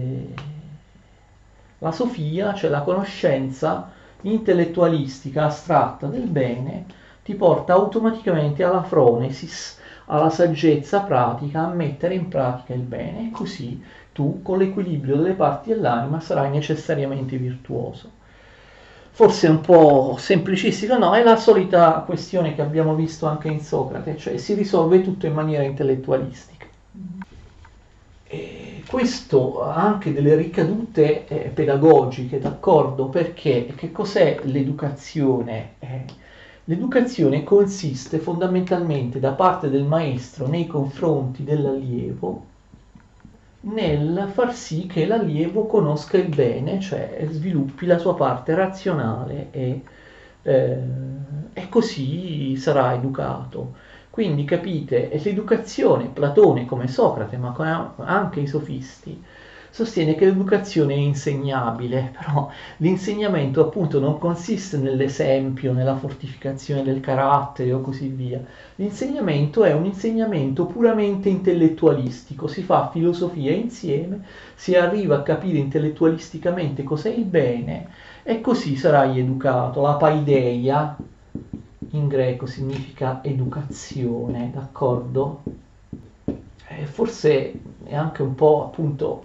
la Sofia, cioè la conoscenza intellettualistica astratta del bene, ti porta automaticamente alla phronesis, alla saggezza pratica, a mettere in pratica il bene, e così tu, con l'equilibrio delle parti dell'anima, sarai necessariamente virtuoso. Forse è un po' semplicistico, no, è la solita questione che abbiamo visto anche in Socrate, cioè si risolve tutto in maniera intellettualistica. E questo ha anche delle ricadute pedagogiche, d'accordo? Perché che cos'è l'educazione? L'educazione consiste fondamentalmente da parte del maestro nei confronti dell'allievo nel far sì che l'allievo conosca il bene, cioè sviluppi la sua parte razionale e così sarà educato. Quindi capite, l'educazione, Platone come Socrate, ma anche i sofisti, sostiene che l'educazione è insegnabile, però l'insegnamento appunto non consiste nell'esempio, nella fortificazione del carattere o così via. L'insegnamento è un insegnamento puramente intellettualistico, si fa filosofia insieme, si arriva a capire intellettualisticamente cos'è il bene e così sarai educato. La paideia in greco significa educazione, d'accordo? Forse è anche un po' appunto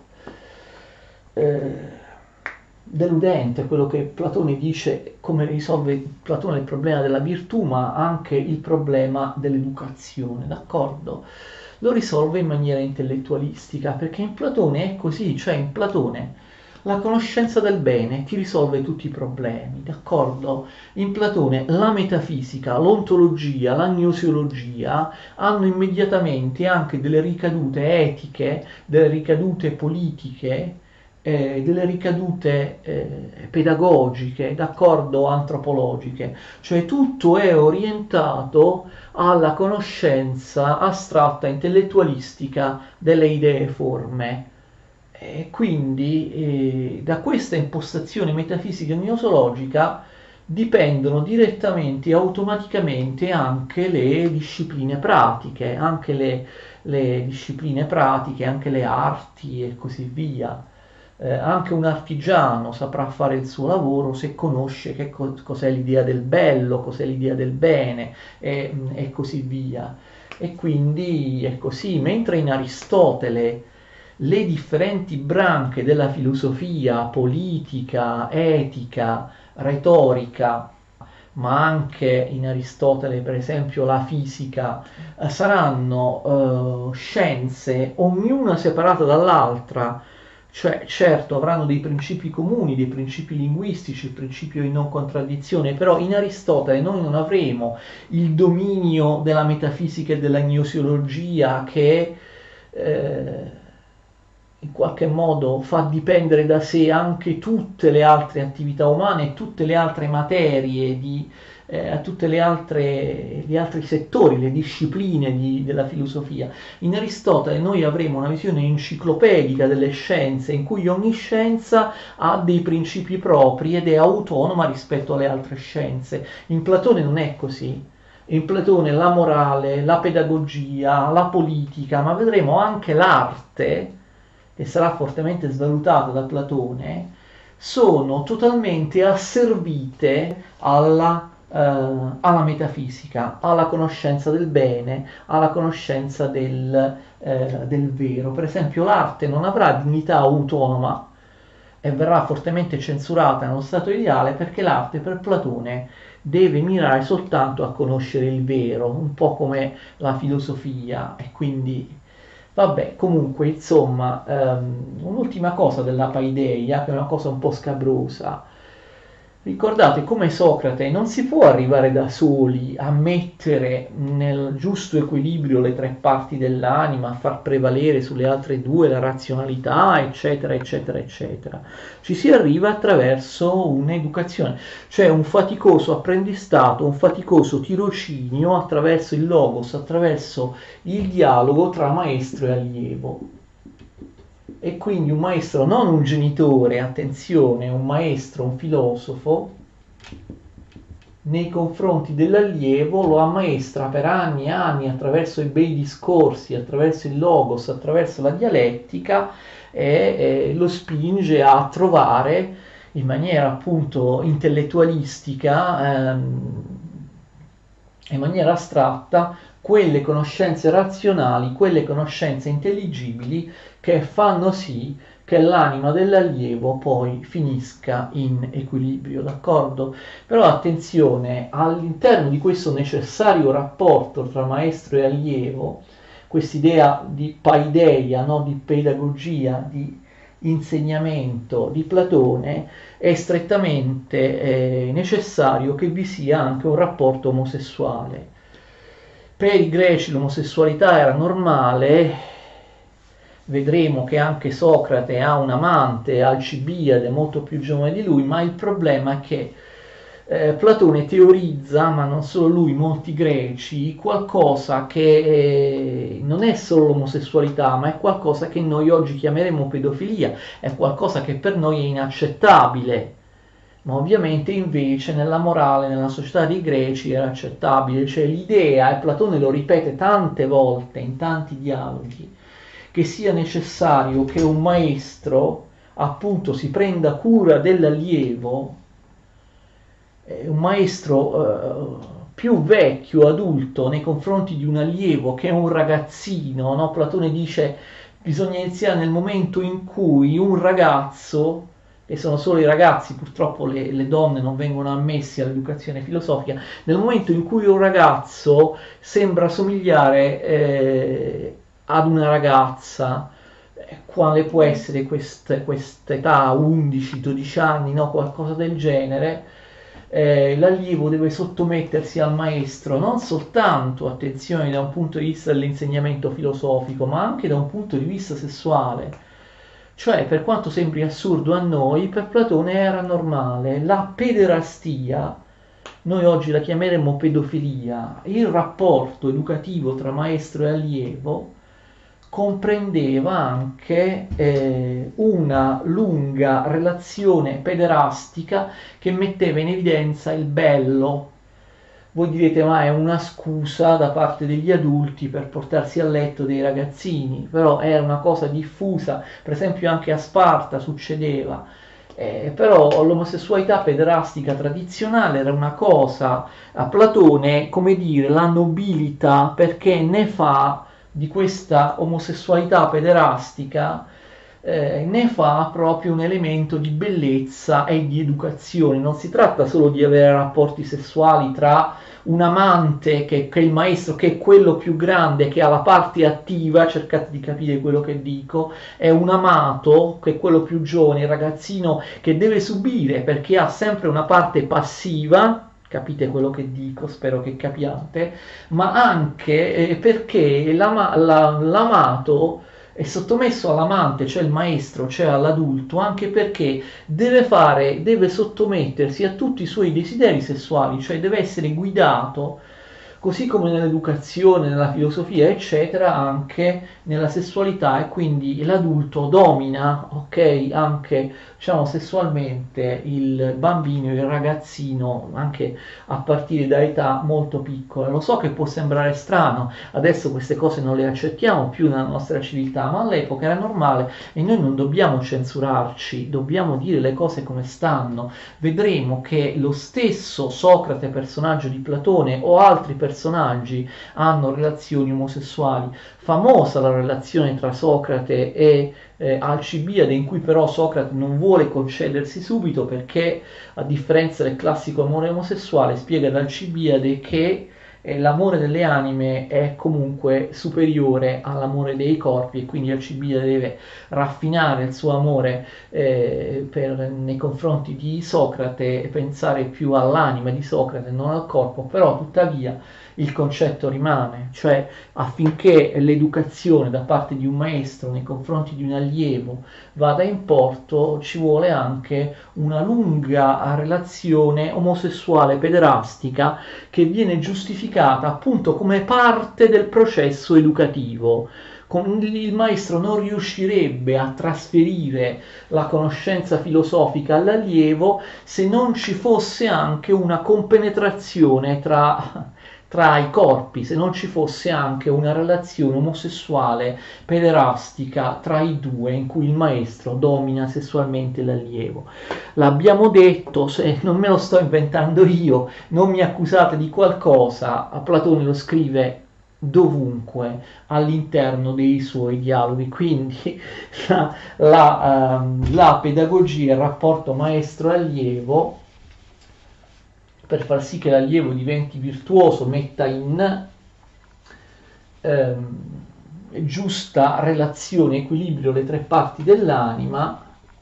deludente quello che Platone dice, come risolve Platone il problema della virtù, ma anche il problema dell'educazione, d'accordo? Lo risolve in maniera intellettualistica, perché in Platone è così, cioè in Platone la conoscenza del bene ti risolve tutti i problemi, d'accordo? In Platone la metafisica, l'ontologia, la gnosiologia hanno immediatamente anche delle ricadute etiche, delle ricadute politiche, delle ricadute pedagogiche, d'accordo, antropologiche, cioè tutto è orientato alla conoscenza astratta, intellettualistica delle idee forme. E quindi da questa impostazione metafisica e gnosologica dipendono direttamente e automaticamente anche le discipline pratiche, anche le discipline pratiche, anche le arti e così via. Anche un artigiano saprà fare il suo lavoro se conosce cos'è l'idea del bello, cos'è l'idea del bene e così via. E quindi è così, mentre in Aristotele le differenti branche della filosofia politica, etica, retorica, ma anche in Aristotele per esempio la fisica, saranno scienze, ognuna separata dall'altra, cioè certo avranno dei principi comuni, dei principi linguistici, il principio di non contraddizione, però in Aristotele noi non avremo il dominio della metafisica e della gnosiologia che in qualche modo fa dipendere da sé anche tutte le altre attività umane, tutte le altre materie, tutte gli altri settori, le discipline della filosofia. In Aristotele noi avremo una visione enciclopedica delle scienze, in cui ogni scienza ha dei principi propri ed è autonoma rispetto alle altre scienze. In Platone non è così. In Platone la morale, la pedagogia, la politica, ma vedremo anche l'arte, che sarà fortemente svalutata da Platone, sono totalmente asservite alla metafisica, alla conoscenza del bene, alla conoscenza del vero. Per esempio l'arte non avrà dignità autonoma e verrà fortemente censurata nello stato ideale, perché l'arte per Platone deve mirare soltanto a conoscere il vero, un po' come la filosofia. E quindi vabbè, comunque, insomma, un'ultima cosa della paideia, che è una cosa un po' scabrosa. Ricordate come Socrate non si può arrivare da soli a mettere nel giusto equilibrio le tre parti dell'anima, a far prevalere sulle altre due la razionalità, eccetera, eccetera, eccetera. Ci si arriva attraverso un'educazione, cioè un faticoso apprendistato, un faticoso tirocinio attraverso il logos, attraverso il dialogo tra maestro e allievo. E quindi un maestro, non un genitore, attenzione, un maestro, un filosofo, nei confronti dell'allievo lo ammaestra per anni e anni attraverso i bei discorsi, attraverso il logos, attraverso la dialettica, e lo spinge a trovare in maniera appunto intellettualistica, in maniera astratta, quelle conoscenze razionali, quelle conoscenze intelligibili che fanno sì che l'anima dell'allievo poi finisca in equilibrio, d'accordo? Però attenzione, all'interno di questo necessario rapporto tra maestro e allievo, quest'idea di paideia, no? Di pedagogia, di insegnamento di Platone, è strettamente necessario che vi sia anche un rapporto omosessuale. Per i greci l'omosessualità era normale, vedremo che anche Socrate ha un amante, Alcibiade, molto più giovane di lui, ma il problema è che Platone teorizza, ma non solo lui, molti greci, qualcosa che non è solo l'omosessualità, ma è qualcosa che noi oggi chiameremo pedofilia, è qualcosa che per noi è inaccettabile. Ma ovviamente invece nella morale, nella società dei greci era accettabile, cioè l'idea, e Platone lo ripete tante volte in tanti dialoghi, che sia necessario che un maestro appunto si prenda cura dell'allievo, un maestro più vecchio, adulto, nei confronti di un allievo che è un ragazzino, no? Platone dice bisogna iniziare nel momento in cui un ragazzo, e sono solo i ragazzi, purtroppo le donne non vengono ammesse all'educazione filosofica, nel momento in cui un ragazzo sembra somigliare ad una ragazza, quale può essere questa età, 11-12 anni, no? Qualcosa del genere, l'allievo deve sottomettersi al maestro non soltanto, attenzione, da un punto di vista dell'insegnamento filosofico, ma anche da un punto di vista sessuale. Cioè, per quanto sembri assurdo a noi, per Platone era normale. La pederastia, noi oggi la chiameremo pedofilia, il rapporto educativo tra maestro e allievo comprendeva anche una lunga relazione pederastica che metteva in evidenza il bello. Voi direte, ma è una scusa da parte degli adulti per portarsi a letto dei ragazzini, però era una cosa diffusa, per esempio anche a Sparta succedeva. Però l'omosessualità pederastica tradizionale era una cosa, a Platone, come dire, la nobilita, perché ne fa di questa omosessualità pederastica, ne fa proprio un elemento di bellezza e di educazione. Non si tratta solo di avere rapporti sessuali tra un amante che è il maestro, che è quello più grande, che ha la parte attiva, cercate di capire quello che dico, è un amato, che è quello più giovane, il ragazzino che deve subire perché ha sempre una parte passiva, capite quello che dico, spero che capiate, ma anche perché l'amato è sottomesso all'amante, cioè il maestro, cioè all'adulto, anche perché deve sottomettersi a tutti i suoi desideri sessuali, cioè deve essere guidato, così come nell'educazione, nella filosofia, eccetera, anche nella sessualità, e quindi l'adulto domina, ok, anche diciamo sessualmente il bambino, il ragazzino, anche a partire da età molto piccole. Lo so che può sembrare strano, adesso queste cose non le accettiamo più nella nostra civiltà, ma all'epoca era normale e noi non dobbiamo censurarci, dobbiamo dire le cose come stanno. Vedremo che lo stesso Socrate, personaggio di Platone, o altri personaggi hanno relazioni omosessuali. Famosa la relazione tra Socrate e Alcibiade, in cui però Socrate non vuole concedersi subito perché, a differenza del classico amore omosessuale, spiega ad Alcibiade che l'amore delle anime è comunque superiore all'amore dei corpi, e quindi Alcibiade deve raffinare il suo amore nei confronti di Socrate e pensare più all'anima di Socrate, non al corpo. Però tuttavia il concetto rimane, cioè affinché l'educazione da parte di un maestro nei confronti di un allievo vada in porto ci vuole anche una lunga relazione omosessuale pederastica che viene giustificata appunto come parte del processo educativo. Il maestro non riuscirebbe a trasferire la conoscenza filosofica all'allievo se non ci fosse anche una compenetrazione tra i corpi, se non ci fosse anche una relazione omosessuale pederastica tra i due, in cui il maestro domina sessualmente l'allievo. L'abbiamo detto, se non me lo sto inventando io, non mi accusate di qualcosa, Platone lo scrive dovunque all'interno dei suoi dialoghi. Quindi la pedagogia, il rapporto maestro-allievo, per far sì che l'allievo diventi virtuoso, metta in giusta relazione, equilibrio le tre parti dell'anima,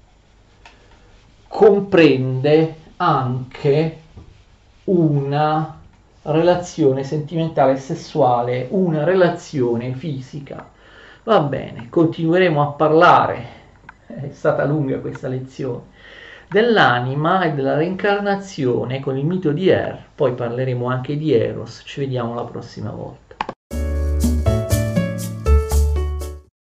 comprende anche una relazione sentimentale e sessuale, una relazione fisica. Va bene, continueremo a parlare, è stata lunga questa lezione, dell'anima e della reincarnazione con il mito di Er, poi parleremo anche di Eros. Ci vediamo la prossima volta.